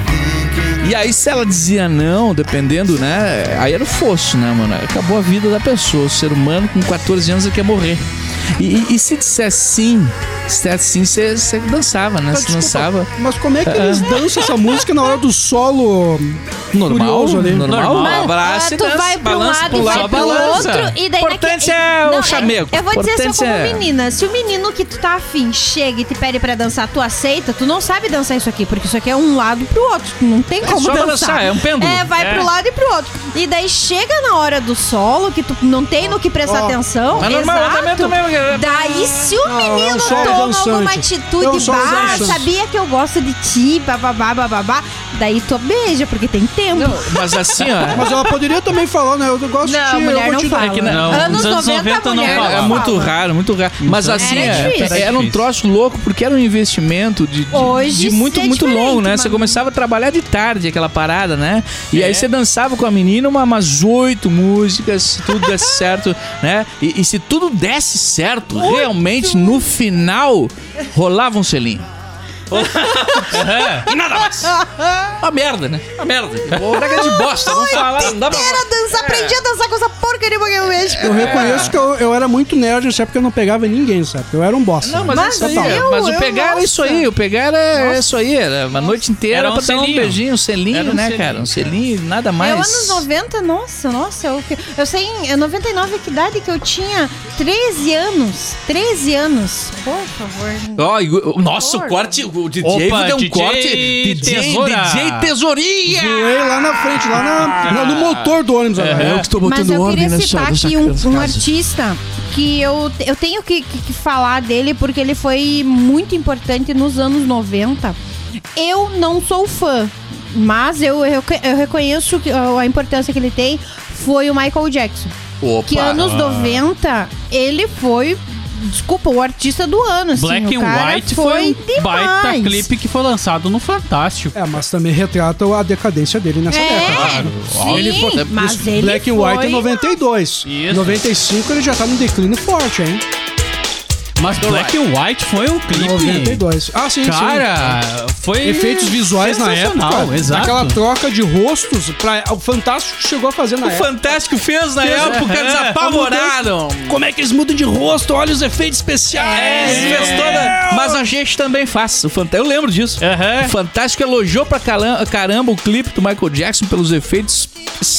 E aí, se ela dizia não, dependendo, né? Aí era o fosso, né, mano? Acabou a vida da pessoa. O ser humano com 14 anos ele quer morrer. E se dissesse sim, você dançava, né? Você dançava. Mas como é que eles dançam essa música na hora do solo? Normal. Abraço, tu vai pra um lado e vai pro outro. E daí importante é o chamego. Eu vou dizer assim, como menina. Se o menino que tu tá afim chega e te pede pra dançar, tu aceita, tu não sabe dançar isso aqui, porque isso aqui é um lado pro outro. Tu não tem como dançar. É um pêndulo. Vai pro lado e pro outro. E daí chega na hora do solo, que tu não tem no que prestar atenção. Mas normal, também. Daí, se o menino toma alguma atitude sabia que eu gosto de ti, bababá, daí tu beija, porque tem tempo. Não, mas assim, ó. Mas ela poderia também falar, né? Eu gosto de ti. Não, mulher não fala. Anos 90 não fala. É muito raro. Mas assim, era um troço louco, porque era um investimento de muito longo, né? Você começava a trabalhar de tarde, aquela parada, né? E aí você dançava com a menina umas 8 músicas, se tudo desse certo, né? E se tudo desse certo, realmente, no final, rolava um selinho. E nada mais. Uma merda, né? Uma merda. Boneca de bosta, vamos falar. Não dá pra dançar, aprendi a dançar com essa porcaria porque eu vejo. Eu reconheço que eu era muito nerd nessa época, eu não pegava ninguém, sabe? Eu era um bosta. Não, mas o pegar era isso aí. O pegar era isso aí. Era uma noite inteira era pra dar um beijinho, um selinho, né, cara? Um selinho, nada mais. Anos 90, nossa. Eu sei, em 99, que idade que eu tinha? 13 anos. 13 anos. Por favor. Nossa, o corte... O DJ deu um corte. DJ Tesourinha! Voei lá na frente, lá no motor do ônibus. Eu que estou botando ordem nessa. Mas eu queria citar aqui um artista que eu tenho que falar dele, porque ele foi muito importante nos anos 90. Eu não sou fã, mas eu reconheço a importância que ele tem. Foi o Michael Jackson. Que anos 90, ele foi... Desculpa, o artista do ano, assim. Black and White foi um baita clipe que foi lançado no Fantástico. Mas também retrata a decadência dele nessa década. Sim, Black and White é 92. Em 95 ele já tá num declínio forte, hein? Mas Black and White foi um clipe... 92. Ah, sim, cara, foi... Efeitos visuais na época. Exato. Aquela troca de rostos. O Fantástico chegou a fazer na época. O Fantástico fez na época, eles apavoraram. Como é que eles mudam de rosto? Olha os efeitos especiais. Mas a gente também faz. Eu lembro disso. O Fantástico elogiou pra caramba o clipe do Michael Jackson pelos efeitos...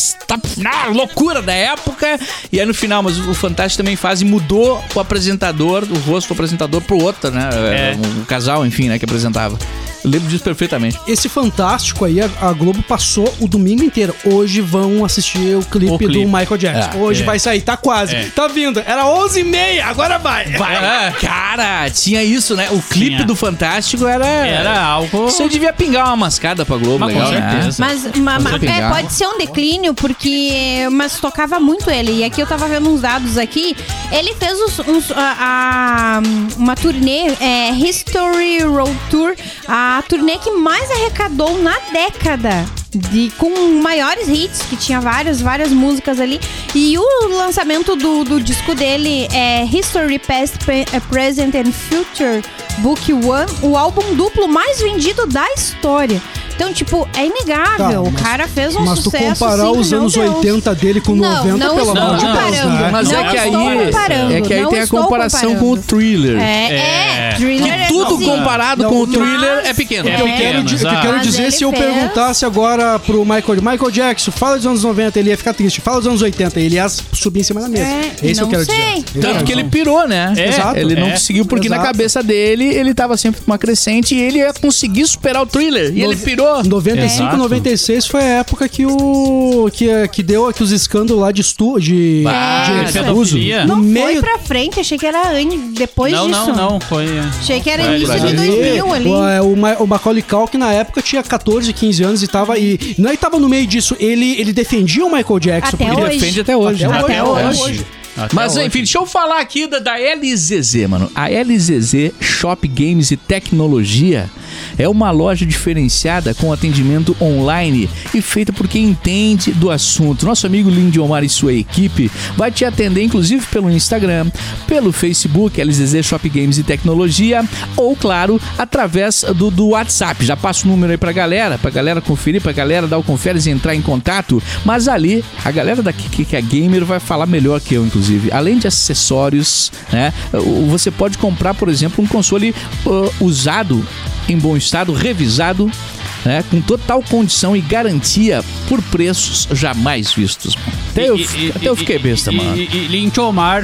loucura da época. E aí no final, mas o Fantástico também faz e mudou o apresentador, o rosto do apresentador pro outro, né? O casal, enfim, né, que apresentava. Eu lembro disso perfeitamente. Esse Fantástico aí, a Globo passou o domingo inteiro. Hoje vão assistir o clipe do Michael Jackson. Hoje vai sair, tá quase. Tá vindo. Era 11h30, agora vai. Cara, tinha isso, né? O clipe do Fantástico era algo... Você devia pingar uma mascada pra Globo, legal, com certeza. Mas pode ser um declínio, mas tocava muito ele. E aqui eu tava vendo uns dados aqui. Ele fez uma turnê, History Road Tour, a turnê que mais arrecadou na década. Com maiores hits, que tinha várias músicas ali. E o lançamento do disco dele é History Past, Present and Future Book One, o álbum duplo mais vendido da história. Então, tipo, é inegável. O cara fez um sucesso. Mas tu comparar os anos 80 dele com 90, pelo amor de Deus, né? Mas é que aí tem a comparação com o Thriller. Thriller que tudo comparado com o Thriller é pequeno. O que eu quero dizer, se eu perguntasse agora pro Michael Jackson, fala dos anos 90, ele ia ficar triste. Fala dos anos 80, ele ia subir em cima da mesa. Esse eu quero dizer. Tanto que ele pirou, né? Exato. Ele não conseguiu, porque na cabeça dele, ele tava sempre com uma crescente e ele ia conseguir superar o Thriller. E ele pirou. 95, 96 foi a época que deu os escândalos lá de abuso. Não foi pra frente, achei que era depois disso. Não, foi... Achei que era início de 2000 ali. O Macaulay Culkin na época tinha 14, 15 anos e não tava no meio disso. Ele defendia o Michael Jackson. Ele defende até hoje. Até hoje. Mas enfim, deixa eu falar aqui da LZZ, mano. A LZZ Shop Games e Tecnologia é uma loja diferenciada com atendimento online e feita por quem entende do assunto. Nosso amigo Lindomar e sua equipe vai te atender inclusive pelo Instagram, pelo Facebook, LZZ Shop Games e Tecnologia, ou claro, através do WhatsApp. Já passo o número aí pra galera conferir, pra galera dar o conferes e entrar em contato. Mas ali, a galera daqui que é gamer vai falar melhor que eu, inclusive. Além de acessórios, né? Você pode comprar, por exemplo, um console usado, em bom estado, revisado, né, com total condição e garantia por preços jamais vistos. Até eu fiquei besta, mano. E Lindomar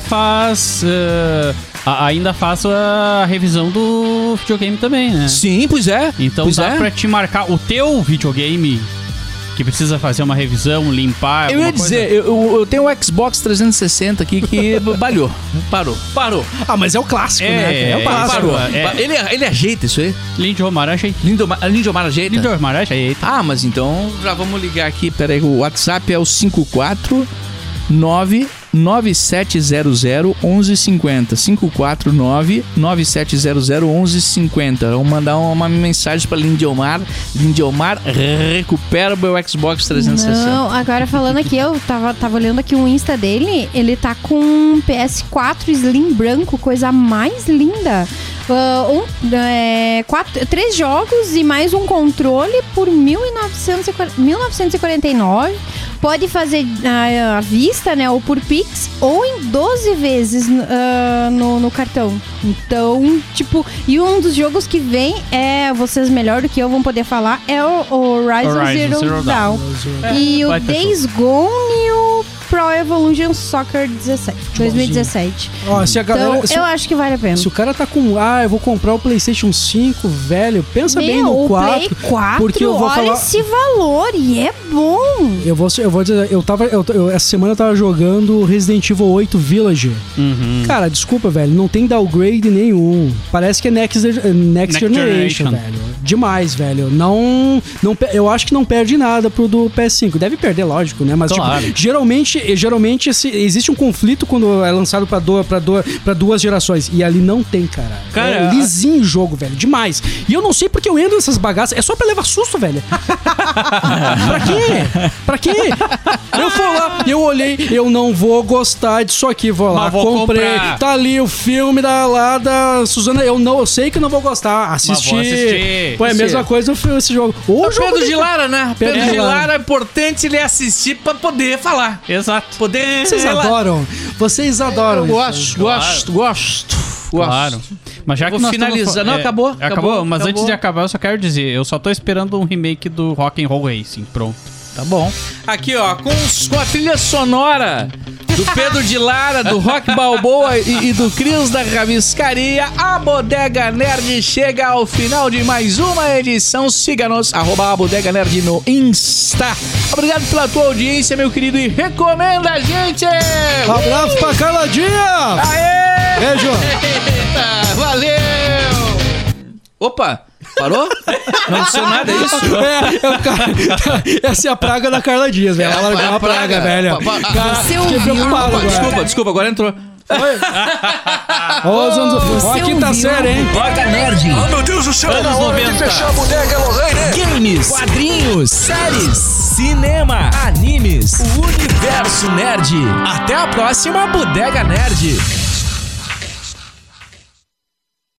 ainda faz a revisão do videogame também, né? Sim, pois é. Então dá pra te marcar o teu videogame que precisa fazer uma revisão, limpar. Eu ia dizer, eu tenho o Xbox 360 aqui que balhou. Parou. Ah, mas é o clássico, né? É o clássico. Ele ajeita isso aí? Lindomar ajeita. Lindomar ajeita? Lindomar ajeita. Ah, mas então já vamos ligar aqui. Pera aí, o WhatsApp é o 549-9700-1150. 549-9700-1150. Vamos mandar uma mensagem pra Lindomar. Lindomar, recupera o meu Xbox 360. Não, agora falando aqui, eu tava olhando aqui o Insta dele, ele tá com um PS4 Slim branco, coisa mais linda. 3 jogos e mais um controle por 1949. Pode fazer à vista, né? Ou por Pix, ou em 12 vezes no cartão. Então, tipo, e um dos jogos que vem vocês melhor do que eu vão poder falar, é o Horizon Zero Dawn. E o Days Gone e o Pro Evolution Soccer 2017. Ó, se a galera, então, eu acho que vale a pena. Se o cara tá com, eu vou comprar o PlayStation 5, velho, pensa bem no 4. Play 4, porque eu vou olha esse valor, e é bom. Eu vou dizer, essa semana eu tava jogando Resident Evil 8 Village. Cara, desculpa, velho, não tem downgrade nenhum. Parece que é Next Generation, velho. Demais, velho. Eu acho que não perde nada pro do PS5. Deve perder, lógico, né? Mas, claro. tipo, geralmente existe um conflito quando é lançado pra duas gerações. E ali não tem, cara. É lisinho o jogo, velho. Demais. E eu não sei porque eu entro nessas bagaças. É só pra levar susto, velho. Pra quê? Eu fui lá, eu olhei, eu não vou gostar disso aqui. Vou lá, comprei. Comprar. Tá ali o filme da Suzana. Eu sei que eu não vou gostar. Assistir. Pô, é a mesma coisa esse jogo. O Pedro de Lara, né? Pedro de Lara é importante ele assistir pra poder falar. Exato. Vocês adoram. Eu gosto. Claro. Mas já que nós finalizando, acabou. Mas antes de acabar, eu só quero dizer, eu só tô esperando um remake do Rock'n'Roll Racing. Pronto. Tá bom. Aqui, ó, com a trilha sonora do Pedro de Lara, do Rock Balboa e do Cris da Rabiscaria, a Bodega Nerd chega ao final de mais uma edição. Siga-nos, @Bodega Nerd no Insta. Obrigado pela tua audiência, meu querido, e recomenda a gente! Abraço pra Carla Dias! Aê! Beijo! Eita, valeu! Opa! Parou? Não aconteceu nada, é isso? Essa é a praga da Carla Dias, velho. Ela largou uma praga, velho. Cara, fiquei preocupado agora. Desculpa, agora entrou. Ó, a quinta série, hein? Bodega Nerd. Ah, meu Deus do céu, Anos na hora de 90. fechar a bodega, Lorraine. Games, quadrinhos, séries, cinema, animes, o universo nerd. Até a próxima Bodega Nerd.